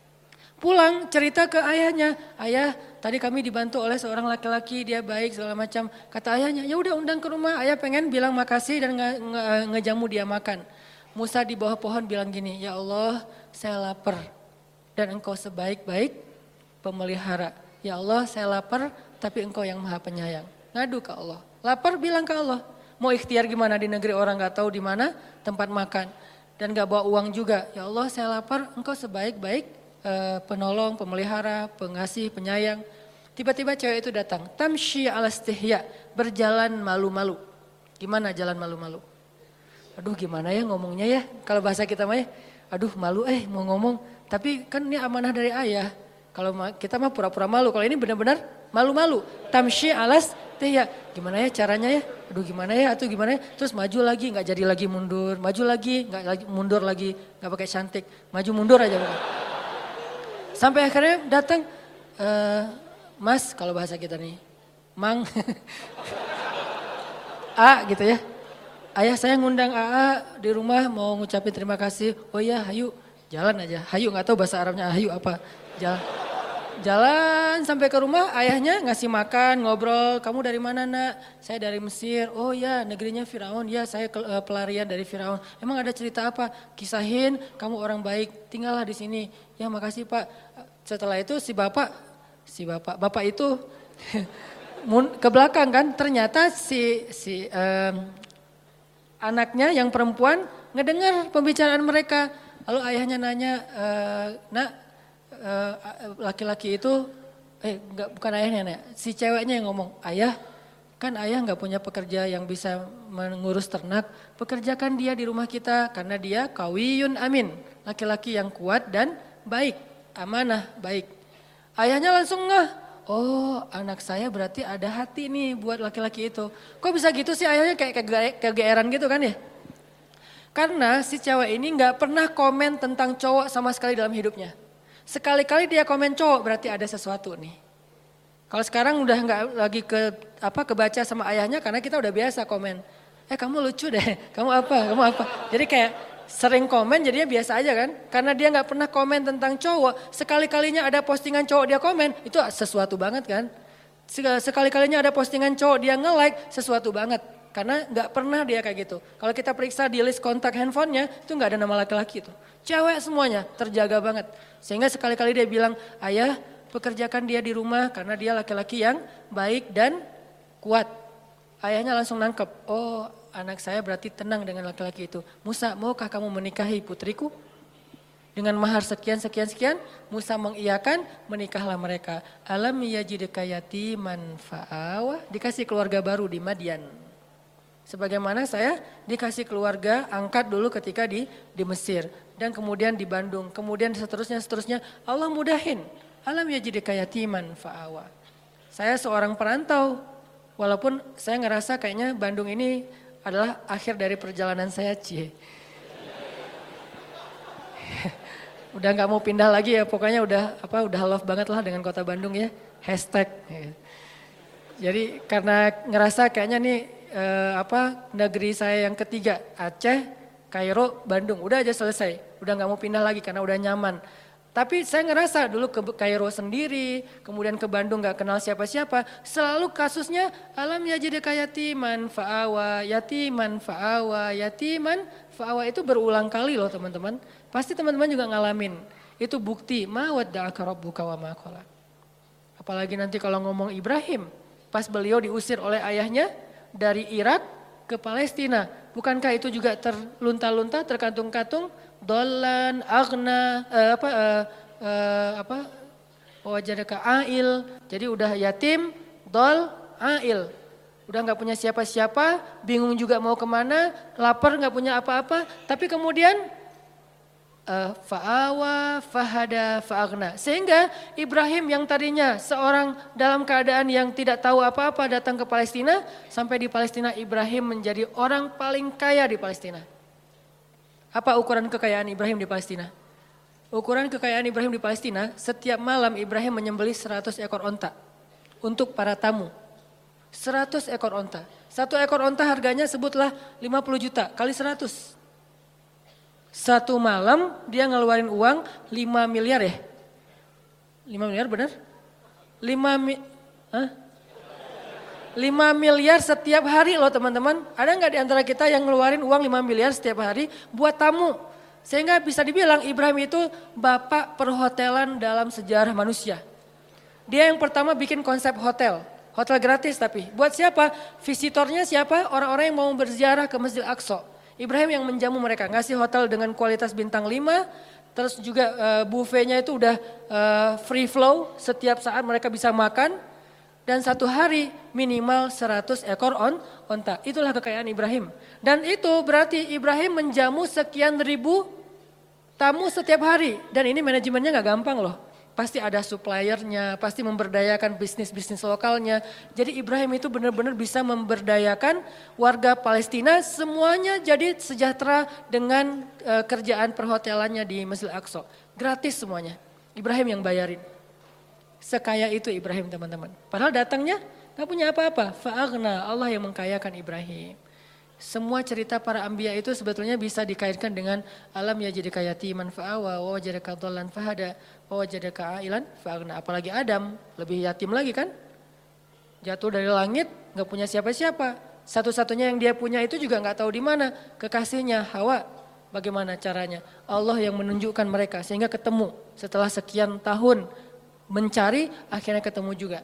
Pulang cerita ke ayahnya, ayah tadi kami dibantu oleh seorang laki-laki, dia baik segala macam. Kata ayahnya, ya udah undang ke rumah, ayah pengen bilang makasih dan nge nge ngejamu dia makan. Musa di bawah pohon bilang gini, ya Allah saya lapar dan engkau sebaik-baik pemelihara. Ya Allah saya lapar tapi engkau yang maha penyayang. Ngadu ke Allah, lapar bilang ke Allah. Mau ikhtiar gimana di negeri orang gak tahu di mana tempat makan. Dan gak bawa uang juga, ya Allah saya lapar engkau sebaik-baik penolong, pemelihara, pengasih, penyayang. Tiba-tiba cewek itu datang. Tamshi ala istihya, berjalan malu-malu. Gimana jalan malu-malu? Aduh gimana ya ngomongnya ya, kalau bahasa kita mah ya, aduh malu eh mau ngomong. Tapi kan ini amanah dari ayah. Kalau kita mah pura-pura malu, kalau ini benar-benar malu-malu. Tamshi ala istihya, gimana ya caranya ya? Aduh gimana ya, atau gimana ya? Terus maju lagi, gak jadi lagi mundur. Maju lagi, gak lagi mundur lagi, gak pakai cantik. Maju mundur aja. Sampai akhirnya datang, e, mas kalau bahasa kita nih, mang, A gitu ya. Ayah saya ngundang A A di rumah mau ngucapin terima kasih. Oh iya hayu, jalan aja. Hayu gak tahu bahasa Arabnya hayu apa. Jalan, jalan sampai ke rumah ayahnya ngasih makan, ngobrol. Kamu dari mana nak? Saya dari Mesir. Oh ya negerinya Firaun. Ya saya ke, uh, pelarian dari Firaun. Emang ada cerita apa? Kisahin kamu orang baik, tinggallah di sini. Ya makasih pak. Setelah itu si bapak, si bapak, bapak itu ke belakang kan, ternyata si si um, anaknya yang perempuan ngedengar pembicaraan mereka. Lalu ayahnya nanya, e, nak uh, laki-laki itu, eh enggak, bukan ayahnya, nak, si ceweknya yang ngomong, ayah kan ayah nggak punya pekerja yang bisa mengurus ternak, pekerjakan dia di rumah kita karena dia kawiyun amin, laki-laki yang kuat dan baik. Amanah, baik. Ayahnya langsung ngeh, oh anak saya berarti ada hati nih buat laki-laki itu. Kok bisa gitu sih ayahnya kayak kegeeran gitu kan ya. Karena si cewek ini gak pernah komen tentang cowok sama sekali dalam hidupnya. Sekali-kali dia komen cowok berarti ada sesuatu nih. Kalau sekarang udah gak lagi ke apa kebaca sama ayahnya karena kita udah biasa komen. Eh kamu lucu deh, kamu apa, kamu apa. Jadi kayak sering komen jadinya biasa aja kan. Karena dia nggak pernah komen tentang cowok. Sekali-kalinya ada postingan cowok dia komen, itu sesuatu banget kan. Sekali-kalinya ada postingan cowok dia nge-like, sesuatu banget. Karena nggak pernah dia kayak gitu. Kalau kita periksa di list kontak handphonenya, itu nggak ada nama laki-laki itu. Cewek semuanya, terjaga banget. Sehingga sekali-kali dia bilang, ayah pekerjakan dia di rumah karena dia laki-laki yang baik dan kuat. Ayahnya langsung nangkep, oh anak saya berarti tenang dengan laki-laki itu. Musa, maukah kamu menikahi putriku? Dengan mahar sekian, sekian, sekian. Musa mengiyakan, menikahlah mereka. Alam yajidka yatiman fa'awa. Dikasih keluarga baru di Madian. Sebagaimana saya dikasih keluarga angkat dulu ketika di di Mesir. Dan kemudian di Bandung. Kemudian seterusnya, seterusnya. Allah mudahin. Alam yajidka yatiman fa'awa. Saya seorang perantau. Walaupun saya ngerasa kayaknya Bandung ini adalah akhir dari perjalanan saya, cie. Udah nggak mau pindah lagi ya, pokoknya udah apa udah love banget lah dengan kota Bandung ya. Hashtag. Jadi karena ngerasa kayaknya nih eh, apa negeri saya yang ketiga, Aceh, Kairo, Bandung, udah aja selesai. Udah nggak mau pindah lagi karena udah nyaman. Tapi saya ngerasa dulu ke Kairo sendiri, kemudian ke Bandung gak kenal siapa-siapa. Selalu kasusnya alam yajidka yatiman fa'awa, yatiman fa'awa, yatiman fa'awa. Itu berulang kali loh teman-teman. Pasti teman-teman juga ngalamin. Itu bukti ma wadda'aka rabbuka wa ma qala. Apalagi nanti kalau ngomong Ibrahim. Pas beliau diusir oleh ayahnya dari Irak ke Palestina. Bukankah itu juga terlunta-lunta, terkantung-kantung? Dolan, agna, eh, apa, eh, eh, apa, wajadaka ail. Jadi udah yatim, dol, ail. Udah nggak punya siapa-siapa, bingung juga mau kemana, lapar nggak punya apa-apa. Tapi kemudian uh, fa'awa, fahada, fa'agna. Sehingga Ibrahim yang tadinya seorang dalam keadaan yang tidak tahu apa-apa datang ke Palestina. Sampai di Palestina Ibrahim menjadi orang paling kaya di Palestina. Apa ukuran kekayaan Ibrahim di Palestina? Ukuran kekayaan Ibrahim di Palestina, setiap malam Ibrahim menyembelih seratus ekor onta untuk para tamu. seratus ekor onta. Satu ekor onta harganya sebutlah lima puluh juta kali seratus. Satu malam dia ngeluarin uang lima miliar ya? lima miliar benar? lima mi Hah? lima miliar setiap hari loh teman-teman. Ada nggak di antara kita yang ngeluarin uang lima miliar setiap hari buat tamu? Sehingga bisa dibilang Ibrahim itu bapak perhotelan dalam sejarah manusia. Dia yang pertama bikin konsep hotel. Hotel gratis tapi. Buat siapa? Visitornya siapa? Orang-orang yang mau berziarah ke Masjid Aqsa. Ibrahim yang menjamu mereka. Ngasih hotel dengan kualitas bintang lima. Terus juga uh, buffetnya itu udah uh, free flow. Setiap saat mereka bisa makan. Dan satu hari minimal seratus ekor on, onta. Itulah kekayaan Ibrahim. Dan itu berarti Ibrahim menjamu sekian ribu tamu setiap hari. Dan ini manajemennya gak gampang loh. Pasti ada suppliernya, pasti memberdayakan bisnis-bisnis lokalnya. Jadi Ibrahim itu benar-benar bisa memberdayakan warga Palestina. Semuanya jadi sejahtera dengan uh, kerjaan perhotelannya di Masjid Aqsa. Gratis semuanya. Ibrahim yang bayarin. Sekaya itu Ibrahim teman-teman. Padahal datangnya gak punya apa-apa. Fa'agna, Allah yang mengkayakan Ibrahim. Semua cerita para anbiya itu sebetulnya bisa dikaitkan dengan alam yajidka yatiman fa'awa, wa wajadaka dhallan fahada, wa wajadaka ailan fa'agna. Apalagi Adam, lebih yatim lagi kan. Jatuh dari langit, gak punya siapa-siapa. Satu-satunya yang dia punya itu juga gak tahu di mana. Kekasihnya Hawa. Bagaimana caranya? Allah yang menunjukkan mereka sehingga ketemu setelah sekian tahun. Mencari akhirnya ketemu juga.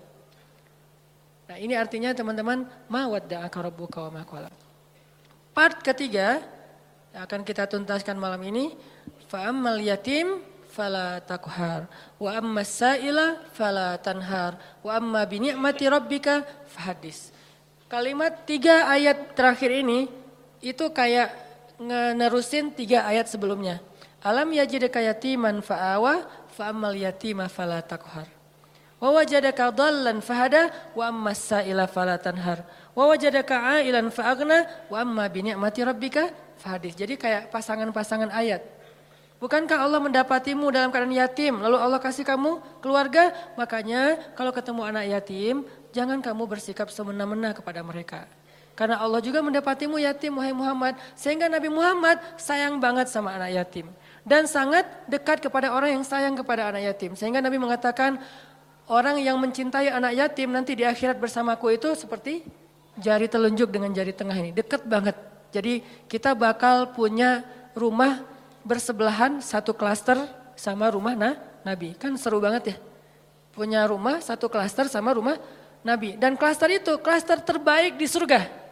Nah ini artinya teman-teman ma wadda'aka rabbuka wa ma qala. Part ketiga yang akan kita tuntaskan malam ini fa ammal yatim fala taqhar wa ammas sa'ila fala tanhar wa amma bi ni'mati rabbika fahaddis. Kalimat tiga ayat terakhir ini itu kayak nerusin tiga ayat sebelumnya. Alam yajidka yatiman fa'awa fa ammal yatima fala taqhar. Wa wajadaka dhallan fahada wa ammas sa'ila fala tanhar. Wa wajadaka ailan fa'aghna wa amma bi ni'mati rabbika fahadis. Jadi kayak pasangan-pasangan ayat. Bukankah Allah mendapatimu dalam keadaan yatim lalu Allah kasih kamu keluarga? Makanya kalau ketemu anak yatim jangan kamu bersikap semena-mena kepada mereka. Karena Allah juga mendapatimu yatim wahai Muhammad. Sehingga Nabi Muhammad sayang banget sama anak yatim. Dan sangat dekat kepada orang yang sayang kepada anak yatim. Sehingga Nabi mengatakan orang yang mencintai anak yatim nanti di akhirat bersamaku itu seperti jari telunjuk dengan jari tengah ini. Dekat banget. Jadi kita bakal punya rumah bersebelahan satu klaster sama rumah nah, Nabi. Kan seru banget ya. Punya rumah satu klaster sama rumah Nabi. Dan klaster itu klaster terbaik di surga.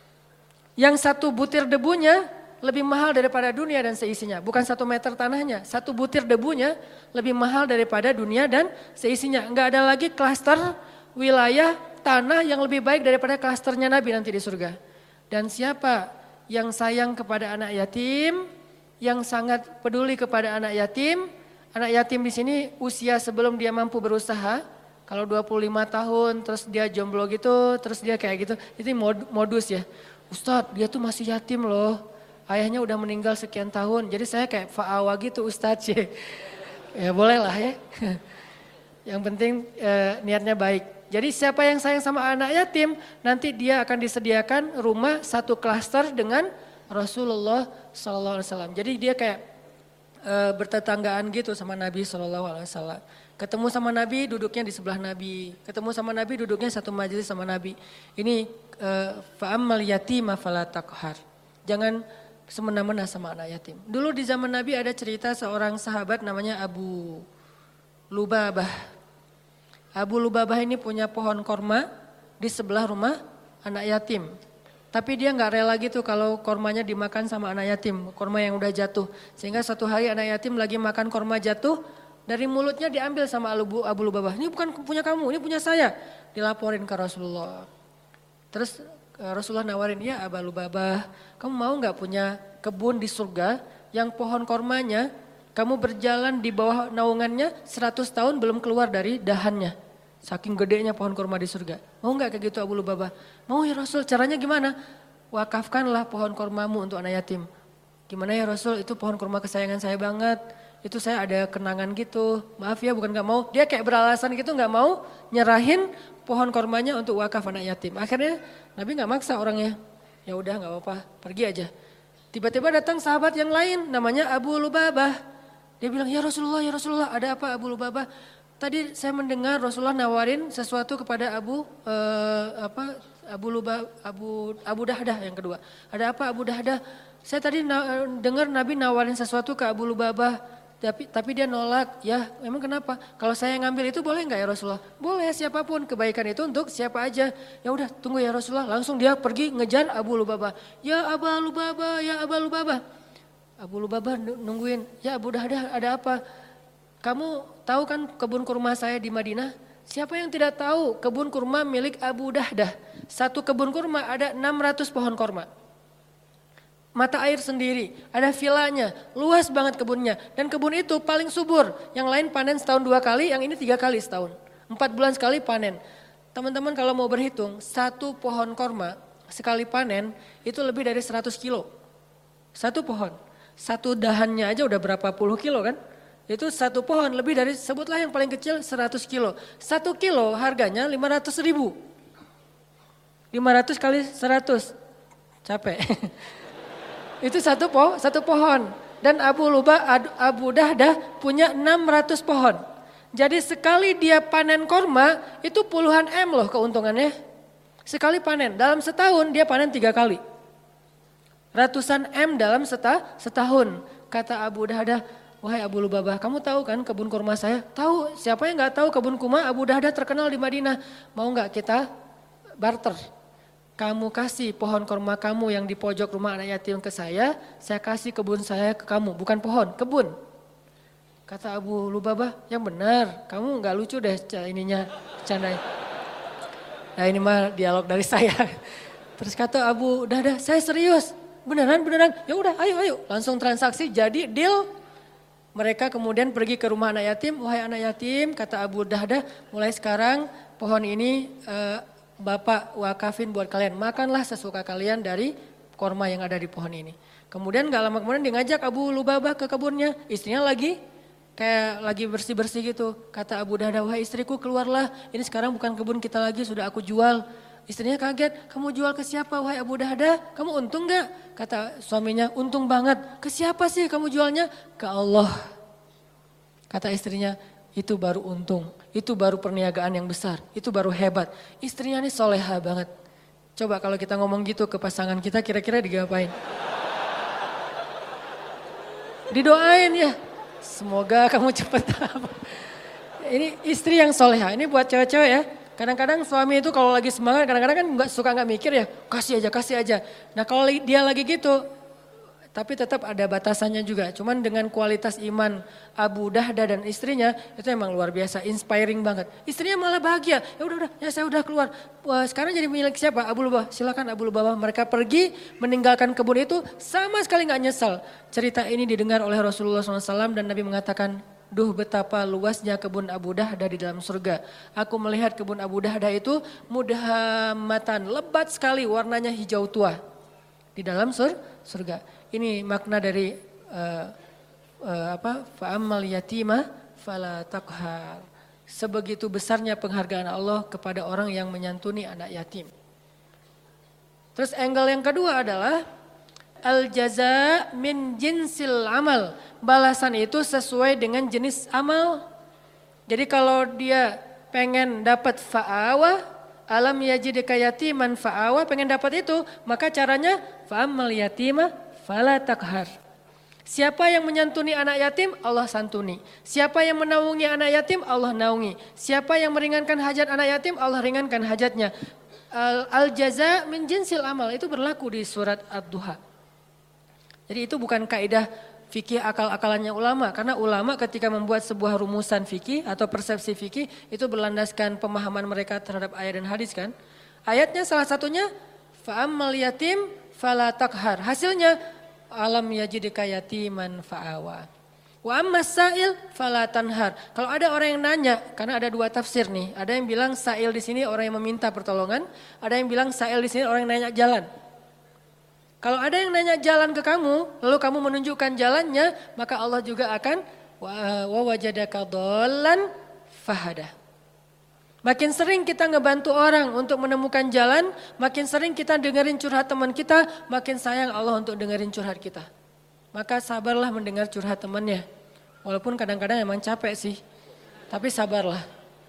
Yang satu butir debunya lebih mahal daripada dunia dan seisinya. Bukan satu meter tanahnya. Satu butir debunya lebih mahal daripada dunia dan seisinya. Enggak ada lagi klaster wilayah tanah yang lebih baik daripada klasternya Nabi nanti di surga. Dan siapa yang sayang kepada anak yatim, yang sangat peduli kepada anak yatim. Anak yatim di sini usia sebelum dia mampu berusaha. Kalau dua puluh lima tahun terus dia jomblo gitu, terus dia kayak gitu. Itu modus ya. Ustadz dia tuh masih yatim loh. Ayahnya udah meninggal sekian tahun. Jadi saya kayak fa'awa gitu Ustadz ya. Ya boleh lah ya. Yang penting eh, niatnya baik. Jadi siapa yang sayang sama anak yatim, nanti dia akan disediakan rumah satu klaster dengan Rasulullah shallallahu alaihi wasallam. Jadi dia kayak e, bertetanggaan gitu sama Nabi shallallahu alaihi wasallam. Ketemu sama Nabi duduknya di sebelah Nabi. Ketemu sama Nabi duduknya satu majelis sama Nabi. Ini e, fa'ammal yatima fala taqhar. Jangan semena-mena sama anak yatim. Dulu di zaman Nabi ada cerita seorang sahabat namanya Abu Lubabah. Abu Lubabah ini punya pohon korma di sebelah rumah anak yatim. Tapi dia gak rela gitu kalau kormanya dimakan sama anak yatim, korma yang udah jatuh. Sehingga satu hari anak yatim lagi makan korma jatuh, dari mulutnya diambil sama Abu, Abu Lubabah. Ini bukan punya kamu, ini punya saya. Dilaporin ke Rasulullah. Terus Rasulullah nawarin, ya Abu Lubabah, kamu mau gak punya kebun di surga yang pohon kormanya kamu berjalan di bawah naungannya seratus tahun belum keluar dari dahannya. Saking gedenya pohon kurma di surga. Mau gak kayak gitu Abu Lubabah? Mau ya Rasul, caranya gimana? Wakafkanlah pohon kurmamu untuk anak yatim. Gimana ya Rasul, itu pohon kurma kesayangan saya banget. Itu saya ada kenangan gitu. Maaf ya bukan gak mau. Dia kayak beralasan gitu gak mau nyerahin pohon kurmanya untuk wakaf anak yatim. Akhirnya Nabi gak maksa orangnya. Ya udah gak apa-apa, pergi aja. Tiba-tiba datang sahabat yang lain namanya Abu Lubabah. Dia bilang, ya Rasulullah, ya Rasulullah, ada apa Abu Lubabah? Tadi saya mendengar Rasulullah nawarin sesuatu kepada Abu eh, apa Abu Lubabah, Abu Abu Dahdah yang kedua. Ada apa Abu Dahdah? Saya tadi na, dengar Nabi nawarin sesuatu ke Abu Lubabah, tapi tapi dia nolak. Ya, emang kenapa? Kalau saya ngambil itu boleh enggak ya Rasulullah? Boleh, siapapun, kebaikan itu untuk siapa aja. Ya udah, tunggu ya Rasulullah. Langsung dia pergi ngejar Abu Lubabah. Ya Abu Lubabah, ya Abu Lubabah. Abu Lubabah nungguin, ya Abu Dahdah ada apa? Kamu tahu kan kebun kurma saya di Madinah? Siapa yang tidak tahu kebun kurma milik Abu Dahdah? Satu kebun kurma ada enam ratus pohon kurma. Mata air sendiri, ada vilanya, luas banget kebunnya. Dan kebun itu paling subur, yang lain panen setahun dua kali, yang ini tiga kali setahun. Empat bulan sekali panen. Teman-teman kalau mau berhitung, satu pohon kurma sekali panen itu lebih dari seratus kilo. Satu pohon. Satu dahannya aja udah berapa puluh kilo kan? Itu satu pohon lebih dari, sebutlah yang paling kecil seratus kilo. Satu kilo harganya lima ratus ribu. lima ratus kali seratus. Capek. Itu satu pohon, satu pohon. Dan Abu Lubabah, Abu Dahdah punya enam ratus pohon. Jadi sekali dia panen korma itu puluhan M loh keuntungannya. Sekali panen, dalam setahun dia panen tiga kali. Ratusan M dalam seta, setahun. Kata Abu Dahdah, wahai Abu Lubabah, kamu tahu kan kebun kurma saya? Tahu, siapa yang gak tahu kebun kurma Abu Dahdah terkenal di Madinah. Mau gak kita barter? Kamu kasih pohon kurma kamu yang di pojok rumah anak yatim ke saya, saya kasih kebun saya ke kamu, bukan pohon, kebun. Kata Abu Lubabah, yang benar, kamu gak lucu deh ininya, candanya. Nah ini mah dialog dari saya. Terus kata Abu Dahdah, saya serius, beneran, beneran. Ya udah, ayo, ayo, langsung transaksi, jadi deal. Mereka kemudian pergi ke rumah anak yatim, wahai anak yatim, kata Abu Dahdah, mulai sekarang pohon ini uh, Bapak wakafin buat kalian, makanlah sesuka kalian dari korma yang ada di pohon ini. Kemudian gak lama kemudian dia ngajak Abu Lubabah ke kebunnya, istrinya lagi kayak lagi bersih-bersih gitu. Kata Abu Dahdah, wahai istriku keluarlah, ini sekarang bukan kebun kita lagi, sudah aku jual. Istrinya kaget, kamu jual ke siapa wahai Abu Dahda? Kamu untung gak? Kata suaminya, untung banget. Ke siapa sih kamu jualnya? Ke Allah. Kata istrinya, itu baru untung. Itu baru perniagaan yang besar. Itu baru hebat. Istrinya ini soleha banget. Coba kalau kita ngomong gitu ke pasangan kita, kira-kira digapain? Didoain ya. Semoga kamu cepat. Ini istri yang soleha. Ini buat cewek-cewek ya. Kadang-kadang suami itu kalau lagi semangat, kadang-kadang kan nggak suka nggak mikir ya, kasih aja, kasih aja. Nah kalau dia lagi gitu, tapi tetap ada batasannya juga. Cuman dengan kualitas iman Abu Dahda dan istrinya itu emang luar biasa, inspiring banget. Istrinya malah bahagia, ya udah udah, ya saya udah keluar. Wah, sekarang jadi milik siapa? Abu Lubabah. Silakan Abu Lubabah. Mereka pergi meninggalkan kebun itu sama sekali nggak nyesal. Cerita ini didengar oleh Rasulullah shallallahu alaihi wasallam dan Nabi mengatakan, duh betapa luasnya kebun Abu Dahda di dalam surga. Aku melihat kebun Abu Dahda itu mudhammatan, lebat sekali warnanya hijau tua di dalam sur, surga. Ini makna dari uh, uh, apa? Fa'ammal yatima fala taqhar. Sebegitu besarnya penghargaan Allah kepada orang yang menyantuni anak yatim. Terus angle yang kedua adalah al jaza min jinsil amal. Balasan itu sesuai dengan jenis amal. Jadi kalau dia pengen dapat fa'awa, alam yajidka yatiman fa'awa, pengen dapat itu, maka caranya fa'ammal yatima fala taqhar. Siapa yang menyantuni anak yatim, Allah santuni. Siapa yang menaungi anak yatim, Allah naungi. Siapa yang meringankan hajat anak yatim, Allah ringankan hajatnya. Al jaza min jinsil amal itu berlaku di surat Ad-Duha. Jadi itu bukan kaidah fikih akal-akalannya ulama. Karena ulama ketika membuat sebuah rumusan fikih atau persepsi fikih itu berlandaskan pemahaman mereka terhadap ayat dan hadis kan. Ayatnya salah satunya fa'ammal yatim fala taqhar. Hasilnya alam yajidka yatiman fa'awa. Wa ammas sa'il fala tanhar. Kalau ada orang yang nanya, karena ada dua tafsir nih. Ada yang bilang sa'il di sini orang yang meminta pertolongan, ada yang bilang sa'il di sini orang yang nanya jalan. Kalau ada yang nanya jalan ke kamu, lalu kamu menunjukkan jalannya, maka Allah juga akan wa wajadaka dhallan fahada. Makin sering kita ngebantu orang untuk menemukan jalan, makin sering kita dengerin curhat teman kita, makin sayang Allah untuk dengerin curhat kita. Maka sabarlah mendengar curhat temannya. Walaupun kadang-kadang emang capek sih, tapi sabarlah.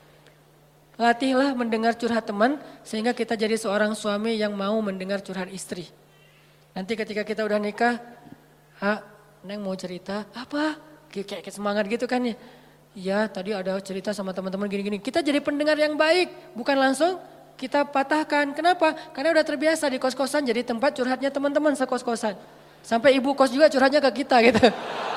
Latihlah mendengar curhat teman, sehingga kita jadi seorang suami yang mau mendengar curhat istri. Nanti ketika kita udah nikah, ha, Neng mau cerita, apa? Kayak, kayak semangat gitu kan ya. Iya tadi ada cerita sama teman-teman gini-gini. Kita jadi pendengar yang baik, bukan langsung kita patahkan. Kenapa? Karena udah terbiasa di kos-kosan jadi tempat curhatnya teman-teman sekos-kosan. Sampai ibu kos juga curhatnya ke kita gitu.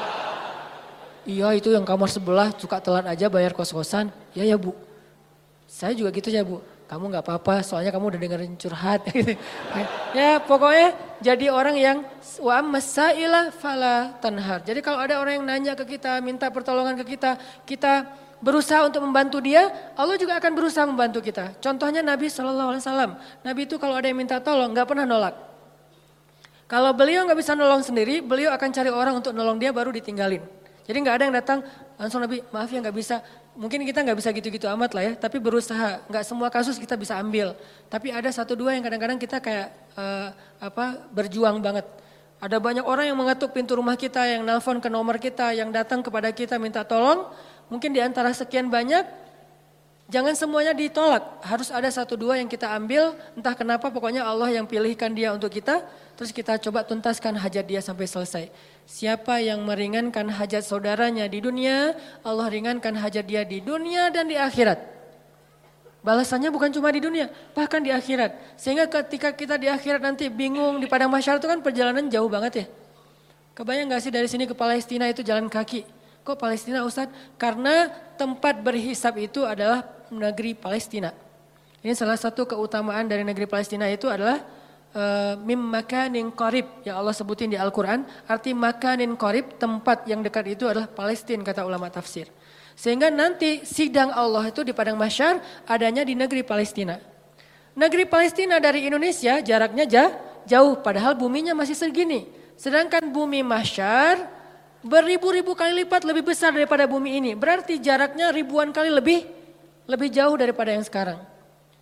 Iya itu yang kamar sebelah suka telat aja bayar kos-kosan. Ya ya bu, saya juga gitu ya bu. Kamu gak apa-apa soalnya kamu udah dengerin curhat. Ya pokoknya jadi orang yang wa ammasa'ila fala tanhar. Jadi kalau ada orang yang nanya ke kita, minta pertolongan ke kita, kita berusaha untuk membantu dia, Allah juga akan berusaha membantu kita. Contohnya Nabi shallallahu alaihi wasallam. Nabi itu kalau ada yang minta tolong gak pernah nolak. Kalau beliau gak bisa nolong sendiri, beliau akan cari orang untuk nolong dia baru ditinggalin. Jadi gak ada yang datang langsung Nabi maaf ya gak bisa. Mungkin kita nggak bisa gitu-gitu amat lah ya, tapi berusaha. Nggak semua kasus kita bisa ambil. Tapi ada satu dua yang kadang-kadang kita kayak uh, apa berjuang banget. Ada banyak orang yang mengetuk pintu rumah kita, yang nelpon ke nomor kita, yang datang kepada kita minta tolong. Mungkin di antara sekian banyak, jangan semuanya ditolak. Harus ada satu dua yang kita ambil, entah kenapa pokoknya Allah yang pilihkan dia untuk kita. Terus kita coba tuntaskan hajat dia sampai selesai. Siapa yang meringankan hajat saudaranya di dunia, Allah ringankan hajat dia di dunia dan di akhirat. Balasannya bukan cuma di dunia, bahkan di akhirat. Sehingga ketika kita di akhirat nanti bingung di padang mahsyar itu kan perjalanan jauh banget ya. Kebayang gak sih dari sini ke Palestina itu jalan kaki? Kok Palestina Ustadz? Karena tempat berhisab itu adalah negeri Palestina. Ini salah satu keutamaan dari negeri Palestina itu adalah Uh, mim makanin qarib yang Allah sebutin di Al-Quran. Arti makanin qarib, tempat yang dekat itu adalah Palestina kata ulama tafsir. Sehingga nanti sidang Allah itu di padang mahsyar adanya di negeri Palestina. Negeri Palestina dari Indonesia jaraknya jauh padahal buminya masih segini. Sedangkan bumi mahsyar beribu-ribu kali lipat lebih besar daripada bumi ini. Berarti jaraknya ribuan kali lebih lebih jauh daripada yang sekarang.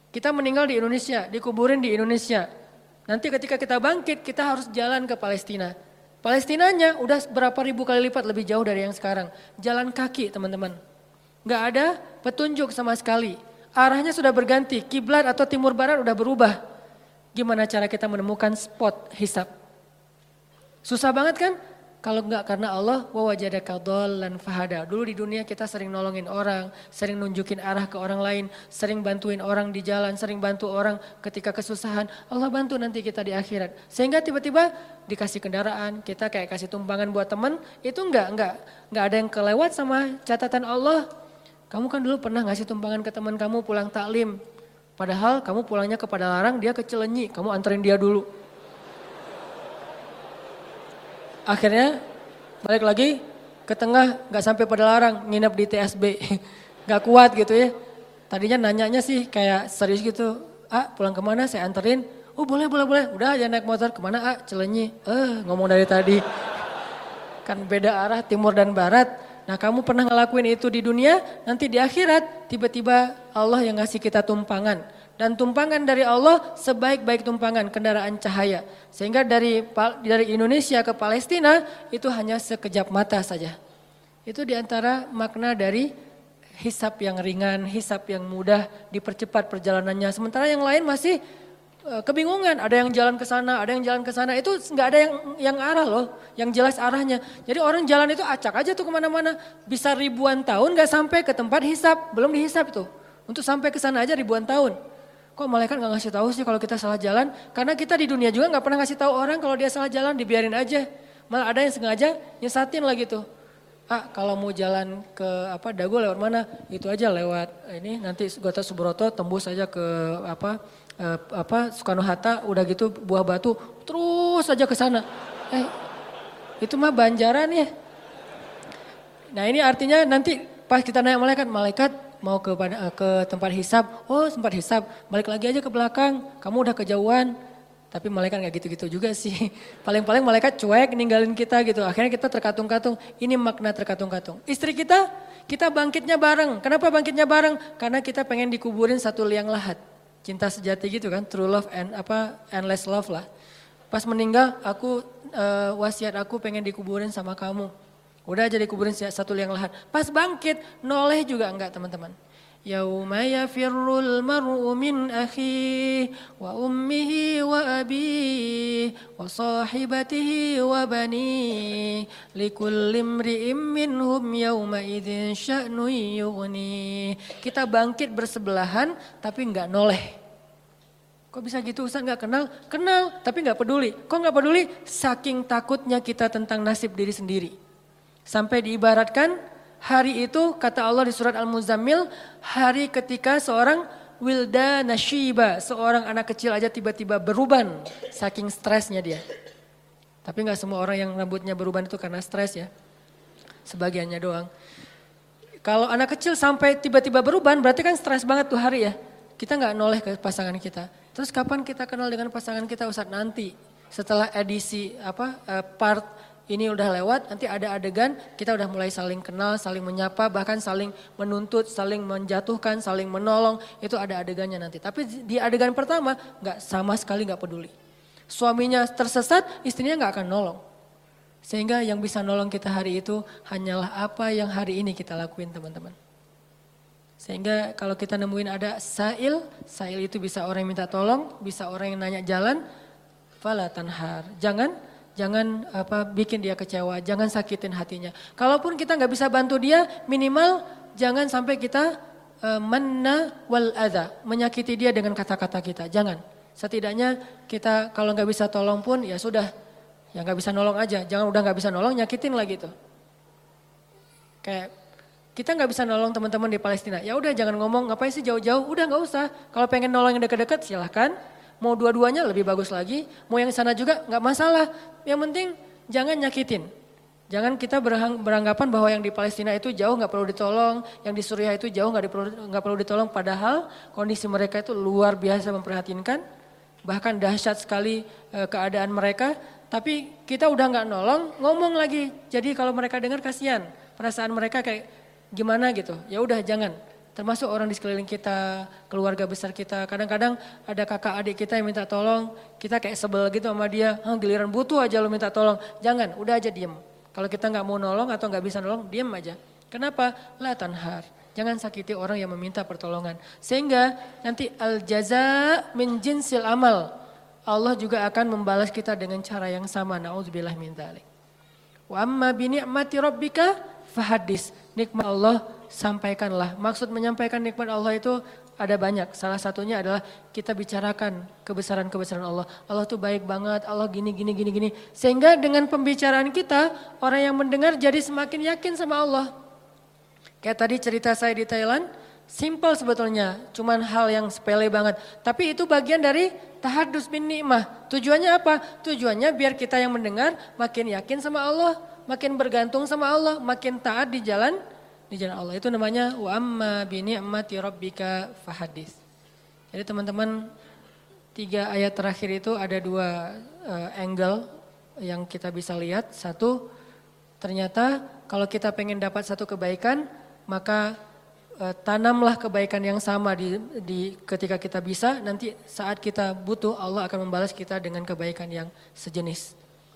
Kita meninggal di Indonesia, dikuburin di Indonesia. Nanti ketika kita bangkit, kita harus jalan ke Palestina. Palestinanya udah berapa ribu kali lipat lebih jauh dari yang sekarang. Jalan kaki teman-teman. Gak ada petunjuk sama sekali. Arahnya sudah berganti, kiblat atau timur barat udah berubah. Gimana cara kita menemukan spot hisab? Susah banget kan? Kalau enggak karena Allah, wa wajadaka dhallan fahada. Dulu di dunia kita sering nolongin orang, sering nunjukin arah ke orang lain, sering bantuin orang di jalan, sering bantu orang ketika kesusahan. Allah bantu nanti kita di akhirat. Sehingga tiba-tiba dikasih kendaraan, kita kayak kasih tumpangan buat teman, itu enggak, enggak. Enggak ada yang kelewat sama catatan Allah. Kamu kan dulu pernah ngasih tumpangan ke teman kamu pulang taklim. Padahal kamu pulangnya ke Padalarang, dia ke Cilenyi, kamu anterin dia dulu. Akhirnya balik lagi ke tengah, gak sampai Padalarang, nginep di T S B. Gak kuat gitu ya. Tadinya nanyanya sih kayak serius gitu. Ah pulang kemana saya anterin. Oh boleh boleh boleh. Udah aja naik motor kemana ah Cilenyi. Eh ngomong dari tadi. Kan beda arah timur dan barat. Nah kamu pernah ngelakuin itu di dunia, nanti di akhirat tiba-tiba Allah yang ngasih kita tumpangan. Dan tumpangan dari Allah sebaik-baik tumpangan kendaraan cahaya. Sehingga dari dari Indonesia ke Palestina itu hanya sekejap mata saja. Itu diantara makna dari hisab yang ringan, hisab yang mudah, dipercepat perjalanannya. Sementara yang lain masih uh, kebingungan. Ada yang jalan ke sana, ada yang jalan ke sana. Itu nggak ada yang yang arah loh, yang jelas arahnya. Jadi orang jalan itu acak aja tuh kemana-mana. Bisa ribuan tahun nggak sampai ke tempat hisab, belum dihisab tuh. Untuk sampai ke sana aja ribuan tahun. Kok malaikat gak ngasih tahu sih kalau kita salah jalan? Karena kita di dunia juga gak pernah ngasih tahu orang kalau dia salah jalan, dibiarin aja. Malah ada yang sengaja nyesatin lah gitu. Ah kalau mau jalan ke apa Dago lewat mana? Itu aja lewat ini nanti Gatot Subroto tembus aja ke apa eh, apa Soekarno Hatta, udah gitu Buah Batu terus aja ke sana. Eh itu mah Banjaran ya. Nah ini artinya nanti pas kita nanya malaikat, malaikat mau ke ke tempat hisab, oh tempat hisab, balik lagi aja ke belakang, kamu udah kejauhan. Tapi malaikat gak gitu-gitu juga sih. Paling-paling malaikat cuek ninggalin kita gitu, akhirnya kita terkatung-katung. Ini makna terkatung-katung. Istri kita, kita bangkitnya bareng. Kenapa bangkitnya bareng? Karena kita pengen dikuburin satu liang lahat. Cinta sejati gitu kan, true love and apa endless love lah. Pas meninggal, aku uh, wasiat aku pengen dikuburin sama kamu. Udah aja dikuburin satu liang lahat. Pas bangkit, noleh juga enggak teman-teman. Yauma yafirrul mar'u min akhihi wa ummihi wa abihi wa sahibatihi wa banihi likulli imri'in minhum yawma idzin sya'nun yughni. Kita bangkit bersebelahan tapi enggak noleh. Kok bisa gitu Ustaz enggak kenal? Kenal tapi enggak peduli. Kok enggak peduli? Saking takutnya kita tentang nasib diri sendiri. Sampai diibaratkan hari itu kata Allah di surat Al-Muzammil, hari ketika seorang wildana syiba, seorang anak kecil aja tiba-tiba beruban saking stresnya dia. Tapi gak semua orang yang rambutnya beruban itu karena stres ya, sebagiannya doang. Kalau anak kecil sampai tiba-tiba beruban berarti kan stres banget tuh hari ya. Kita gak noleh ke pasangan kita. Terus kapan kita kenal dengan pasangan kita Ustaz? Nanti setelah edisi apa part ini udah lewat, nanti ada adegan kita udah mulai saling kenal, saling menyapa, bahkan saling menuntut, saling menjatuhkan, saling menolong. Itu ada adegannya nanti. Tapi di adegan pertama gak sama sekali gak peduli. Suaminya tersesat, istrinya gak akan nolong. Sehingga yang bisa nolong kita hari itu hanyalah apa yang hari ini kita lakuin teman-teman. Sehingga kalau kita nemuin ada sa'il, sa'il itu bisa orang yang minta tolong, bisa orang yang nanya jalan, fala tanhar. Jangan Jangan apa bikin dia kecewa, jangan sakitin hatinya. Kalaupun kita nggak bisa bantu dia, minimal jangan sampai kita uh, manna wal adha, menyakiti dia dengan kata-kata kita. Jangan. Setidaknya kita kalau nggak bisa tolong pun ya sudah, ya nggak bisa nolong aja. Jangan udah nggak bisa nolong, nyakitin lah gitu. Kayak kita nggak bisa nolong teman-teman di Palestina. Ya udah jangan ngomong ngapain sih jauh-jauh. Udah nggak usah. Kalau pengen nolong yang dekat-dekat silahkan. Mau dua-duanya lebih bagus lagi, mau yang sana juga nggak masalah. Yang penting jangan nyakitin. Jangan kita beranggapan bahwa yang di Palestina itu jauh nggak perlu ditolong, yang di Suriah itu jauh nggak perlu nggak perlu ditolong. Padahal kondisi mereka itu luar biasa memprihatinkan, bahkan dahsyat sekali e, keadaan mereka. Tapi kita udah nggak nolong, ngomong lagi. Jadi kalau mereka dengar kasihan, perasaan mereka kayak gimana gitu. Ya udah jangan. termasuk orang di sekeliling kita, keluarga besar kita. Kadang-kadang ada kakak adik kita yang minta tolong, kita kayak sebel gitu sama dia, Hah, giliran butuh aja lo minta tolong. Jangan, udah aja diem. Kalau kita nggak mau nolong atau nggak bisa nolong, diem aja. Kenapa? La tanhar. Jangan sakiti orang yang meminta pertolongan. Sehingga nanti al-jaza min jinsil amal. Allah juga akan membalas kita dengan cara yang sama. Na'udzubillah min dzalik. Wa amma bi ni'mati rabbika fahadis. Nikmat Allah sampaikanlah. Maksud menyampaikan nikmat Allah itu ada banyak. Salah satunya adalah kita bicarakan kebesaran-kebesaran Allah. Allah tuh baik banget, Allah gini gini gini gini. Sehingga dengan pembicaraan kita, orang yang mendengar jadi semakin yakin sama Allah. Kayak tadi cerita saya di Thailand, simple sebetulnya, cuman hal yang sepele banget. Tapi itu bagian dari tahadus bin nikmah. Tujuannya apa? Tujuannya biar kita yang mendengar makin yakin sama Allah, makin bergantung sama Allah, makin taat di jalan di jalan Allah. Itu namanya wa amma bi ni'mati rabbika fahadits. Jadi teman-teman, tiga ayat terakhir itu ada dua uh, angle yang kita bisa lihat. Satu, ternyata kalau kita pengen dapat satu kebaikan, maka uh, tanamlah kebaikan yang sama di, di ketika kita bisa. Nanti saat kita butuh, Allah akan membalas kita dengan kebaikan yang sejenis.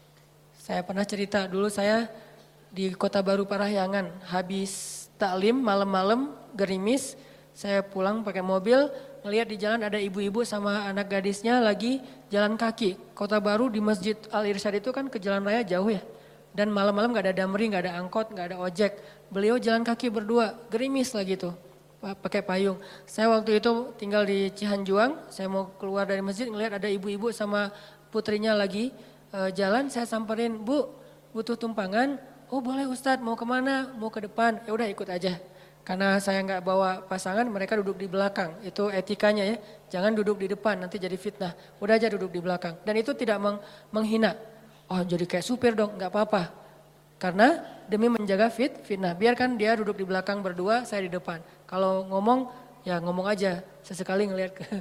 Saya pernah cerita dulu, saya di Kota Baru Parahyangan, habis taklim malam-malam gerimis, saya pulang pakai mobil, ngelihat di jalan ada ibu-ibu sama anak gadisnya lagi jalan kaki. Kota Baru di Masjid Al-Irsyad itu kan ke jalan raya jauh ya. Dan malam-malam gak ada damri, gak ada angkot, gak ada ojek. Beliau jalan kaki berdua, gerimis lagi tuh, pakai payung. Saya waktu itu tinggal di Cihanjuang, saya mau keluar dari masjid ngelihat ada ibu-ibu sama putrinya lagi uh, jalan, saya samperin, Bu, butuh tumpangan? Oh boleh Ustadz, mau kemana? Mau ke depan? Ya udah ikut aja. Karena saya nggak bawa pasangan, mereka duduk di belakang. Itu etikanya ya, jangan duduk di depan, nanti jadi fitnah. Udah aja duduk di belakang. Dan itu tidak meng, menghina. Oh jadi kayak supir dong, nggak apa-apa. Karena demi menjaga fit, fitnah. Biarkan dia duduk di belakang berdua, saya di depan. Kalau ngomong, ya ngomong aja. Sesekali ngelihat ke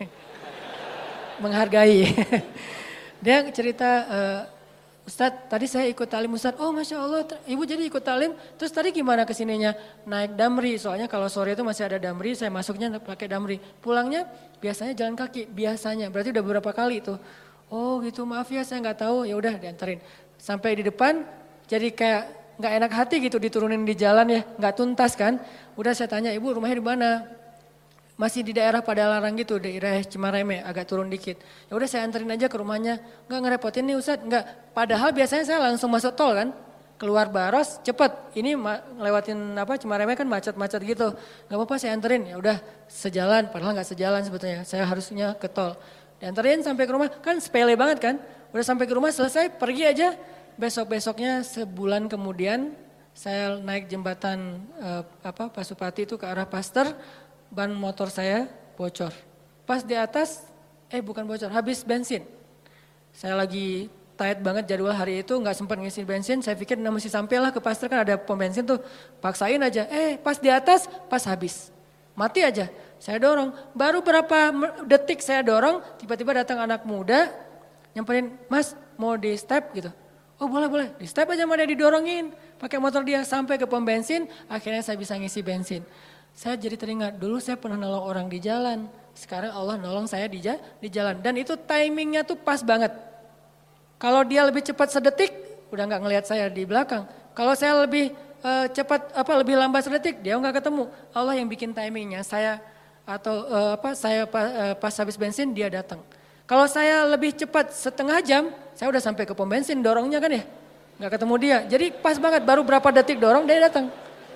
menghargai. Dia cerita, uh, Ustadz tadi saya ikut talim Ustadz, oh Masya Allah ibu jadi ikut talim, terus tadi gimana kesininya? Naik damri, soalnya kalau sore itu masih ada damri, saya masuknya pakai damri. Pulangnya biasanya jalan kaki, biasanya, berarti udah beberapa kali itu. Oh gitu, maaf ya saya nggak tahu, ya udah dianterin. Sampai di depan, jadi kayak nggak enak hati gitu diturunin di jalan ya, nggak tuntas kan. Udah saya tanya, ibu rumahnya di mana? Masih di daerah Padalarang gitu, daerah Cimareme, agak turun dikit. Ya udah saya anterin aja ke rumahnya. Enggak ngerepotin nih Ustadz, enggak. Padahal biasanya saya langsung masuk tol kan. Keluar Baros, cepet. Ini ngelewatin apa Cimareme kan macet-macet gitu. Enggak apa-apa saya anterin. Ya udah sejalan, padahal enggak sejalan sebetulnya. Saya harusnya ke tol. Dianterin sampai ke rumah, kan sepele banget kan. Udah sampai ke rumah selesai, pergi aja. Besok-besoknya sebulan kemudian saya naik jembatan eh, apa Pasupati itu ke arah Paster. Ban motor saya bocor. Pas di atas, eh bukan bocor, habis bensin. Saya lagi tight banget jadwal hari itu, nggak sempat ngisi bensin. Saya pikir nah, mesti sampailah ke Pasteur kan ada pom bensin tuh. Paksain aja, eh pas di atas, pas habis. Mati aja. Saya dorong, baru berapa detik saya dorong, tiba-tiba datang anak muda, nyamperin, Mas mau di step gitu. Oh boleh boleh, di step aja mana didorongin. Pakai motor dia sampai ke pom bensin, akhirnya saya bisa ngisi bensin. Saya jadi teringat, dulu saya pernah nolong orang di jalan. Sekarang Allah nolong saya di, di jalan. Dan itu timingnya tuh pas banget. Kalau dia lebih cepat sedetik, udah gak ngelihat saya di belakang. Kalau saya lebih uh, cepat, apa lebih lambat sedetik, dia gak ketemu. Allah yang bikin timingnya. Saya atau uh, apa saya uh, pas habis bensin, dia datang. Kalau saya lebih cepat setengah jam, saya udah sampai ke pom bensin, dorongnya kan ya. Gak ketemu dia. Jadi pas banget, baru berapa detik dorong, dia datang.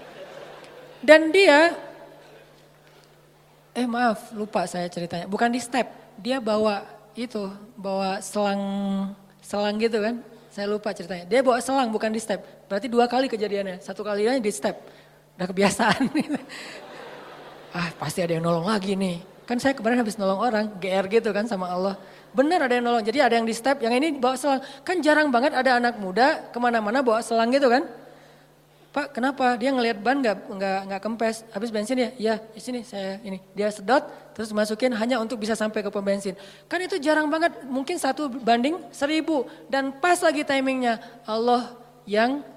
Dan dia... Eh maaf, lupa saya ceritanya. Bukan di step, dia bawa itu, bawa selang selang gitu kan. Saya lupa ceritanya. Dia bawa selang bukan di step. Berarti dua kali kejadiannya. Satu kalinya di step. Udah kebiasaan. Ah pasti ada yang nolong lagi nih. Kan saya kemarin habis nolong orang, G R gitu kan sama Allah. Benar ada yang nolong, jadi ada yang di step, yang ini bawa selang. Kan jarang banget ada anak muda kemana-mana bawa selang gitu kan. Pak, kenapa? Dia ngelihat ban nggak nggak nggak kempes, habis bensin ya? Iya, di sini saya ini. Dia sedot, terus masukin hanya untuk bisa sampai ke pom bensin. Kan itu jarang banget, mungkin satu banding seribu dan pas lagi timingnya Allah yang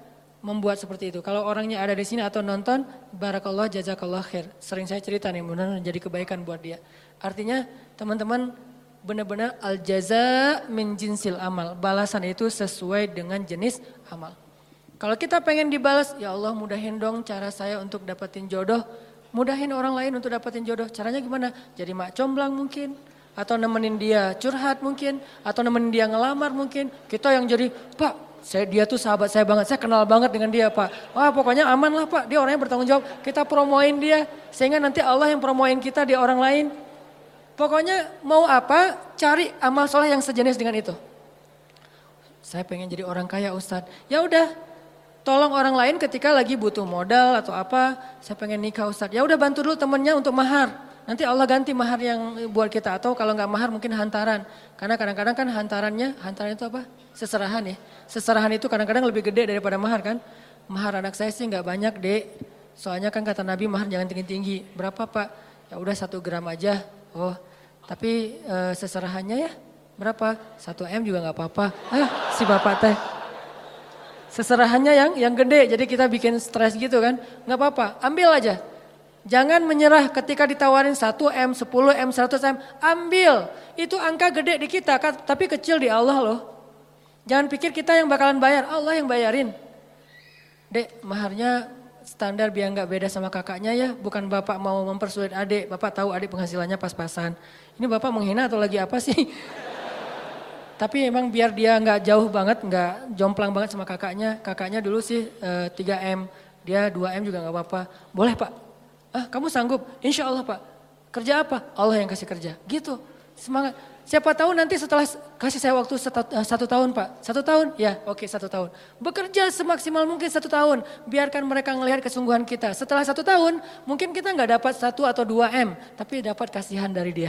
membuat seperti itu. Kalau orangnya ada di sini atau nonton, barakallah jazakallah khair. Sering saya cerita nih, benar jadi kebaikan buat dia. Artinya teman-teman benar-benar al jaza min jinsil amal. Balasan itu sesuai dengan jenis amal. Kalau kita pengen dibalas, ya Allah mudahin dong cara saya untuk dapetin jodoh. Mudahin orang lain untuk dapetin jodoh. Caranya gimana? Jadi mak comblang mungkin. Atau nemenin dia curhat mungkin. Atau nemenin dia ngelamar mungkin. Kita yang jadi, Pak saya, dia tuh sahabat saya banget. Saya kenal banget dengan dia Pak. Wah pokoknya aman lah Pak. Dia orangnya bertanggung jawab. Kita promoin dia. Sehingga nanti Allah yang promoin kita di orang lain. Pokoknya mau apa, cari amal soleh yang sejenis dengan itu. Saya pengen jadi orang kaya Ustadz. Ya udah, tolong orang lain ketika lagi butuh modal atau apa. Saya pengen nikah Ustadz. Ya udah bantu dulu temennya untuk mahar. Nanti Allah ganti mahar yang buat kita. Atau kalau nggak mahar mungkin hantaran. Karena kadang-kadang kan hantarannya, hantaran itu apa? Seserahan ya. Seserahan itu kadang-kadang lebih gede daripada mahar kan. Mahar anak saya sih nggak banyak dek. Soalnya kan kata Nabi mahar jangan tinggi-tinggi. Berapa Pak? Ya udah satu gram aja. Oh, tapi e, seserahannya ya berapa? Satu M juga nggak apa-apa. Ah, si bapak teh. Seserahannya yang yang gede, jadi kita bikin stres gitu kan? Nggak apa-apa, ambil aja. Jangan menyerah ketika ditawarin satu M, sepuluh M, seratus M, ambil. Itu angka gede di kita, tapi kecil di Allah loh. Jangan pikir kita yang bakalan bayar, Allah yang bayarin. Dek, maharnya standar biar nggak beda sama kakaknya ya. Bukan bapak mau mempersulit adik, bapak tahu adik penghasilannya pas-pasan. Ini bapak menghina atau lagi apa sih? Tapi emang biar dia nggak jauh banget, nggak jomplang banget sama kakaknya. Kakaknya dulu sih e, tiga M, dia dua M juga nggak apa-apa. Boleh Pak? Ah kamu sanggup? Insya Allah Pak. Kerja apa? Allah yang kasih kerja. Gitu, semangat. Siapa tahu nanti setelah kasih saya waktu satu, satu tahun Pak. Satu tahun? Ya oke satu tahun. Bekerja semaksimal mungkin satu tahun. Biarkan mereka melihat kesungguhan kita. Setelah satu tahun mungkin kita nggak dapat satu atau dua M. Tapi dapat kasihan dari dia.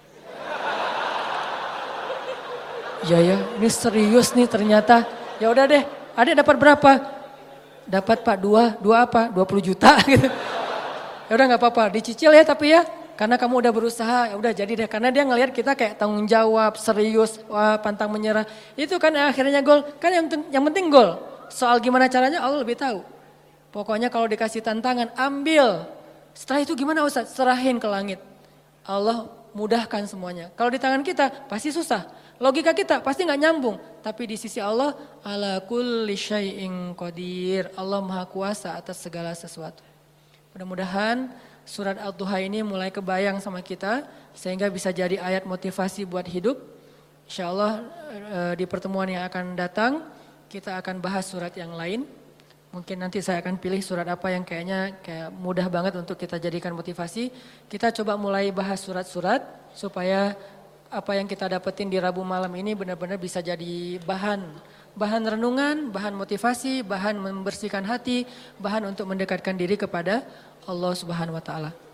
Ya ya ini serius nih ternyata. Ya udah deh adik dapat berapa? Dapat Pak dua, dua apa? dua puluh juta gitu. Ya udah nggak apa-apa dicicil ya tapi ya. Karena kamu udah berusaha, ya udah jadi deh. Karena dia ngelihat kita kayak tanggung jawab, serius, wah, pantang menyerah. Itu kan akhirnya gol. Kan yang, yang penting gol. Soal gimana caranya Allah lebih tahu. Pokoknya kalau dikasih tantangan, ambil. Setelah itu gimana Ustaz? Serahin ke langit. Allah mudahkan semuanya. Kalau di tangan kita pasti susah. Logika kita pasti nggak nyambung. Tapi di sisi Allah, ala kulli syai'in qadir. Allah maha kuasa atas segala sesuatu. Mudah-mudahan surat Ad-Duha ini mulai kebayang sama kita sehingga bisa jadi ayat motivasi buat hidup. Insya Allah di pertemuan yang akan datang kita akan bahas surat yang lain. Mungkin nanti saya akan pilih surat apa yang kayaknya kayak mudah banget untuk kita jadikan motivasi. Kita coba mulai bahas surat-surat supaya apa yang kita dapetin di Rabu malam ini benar-benar bisa jadi bahan bahan renungan, bahan motivasi, bahan membersihkan hati, bahan untuk mendekatkan diri kepada Allah Subhanahu wa taala.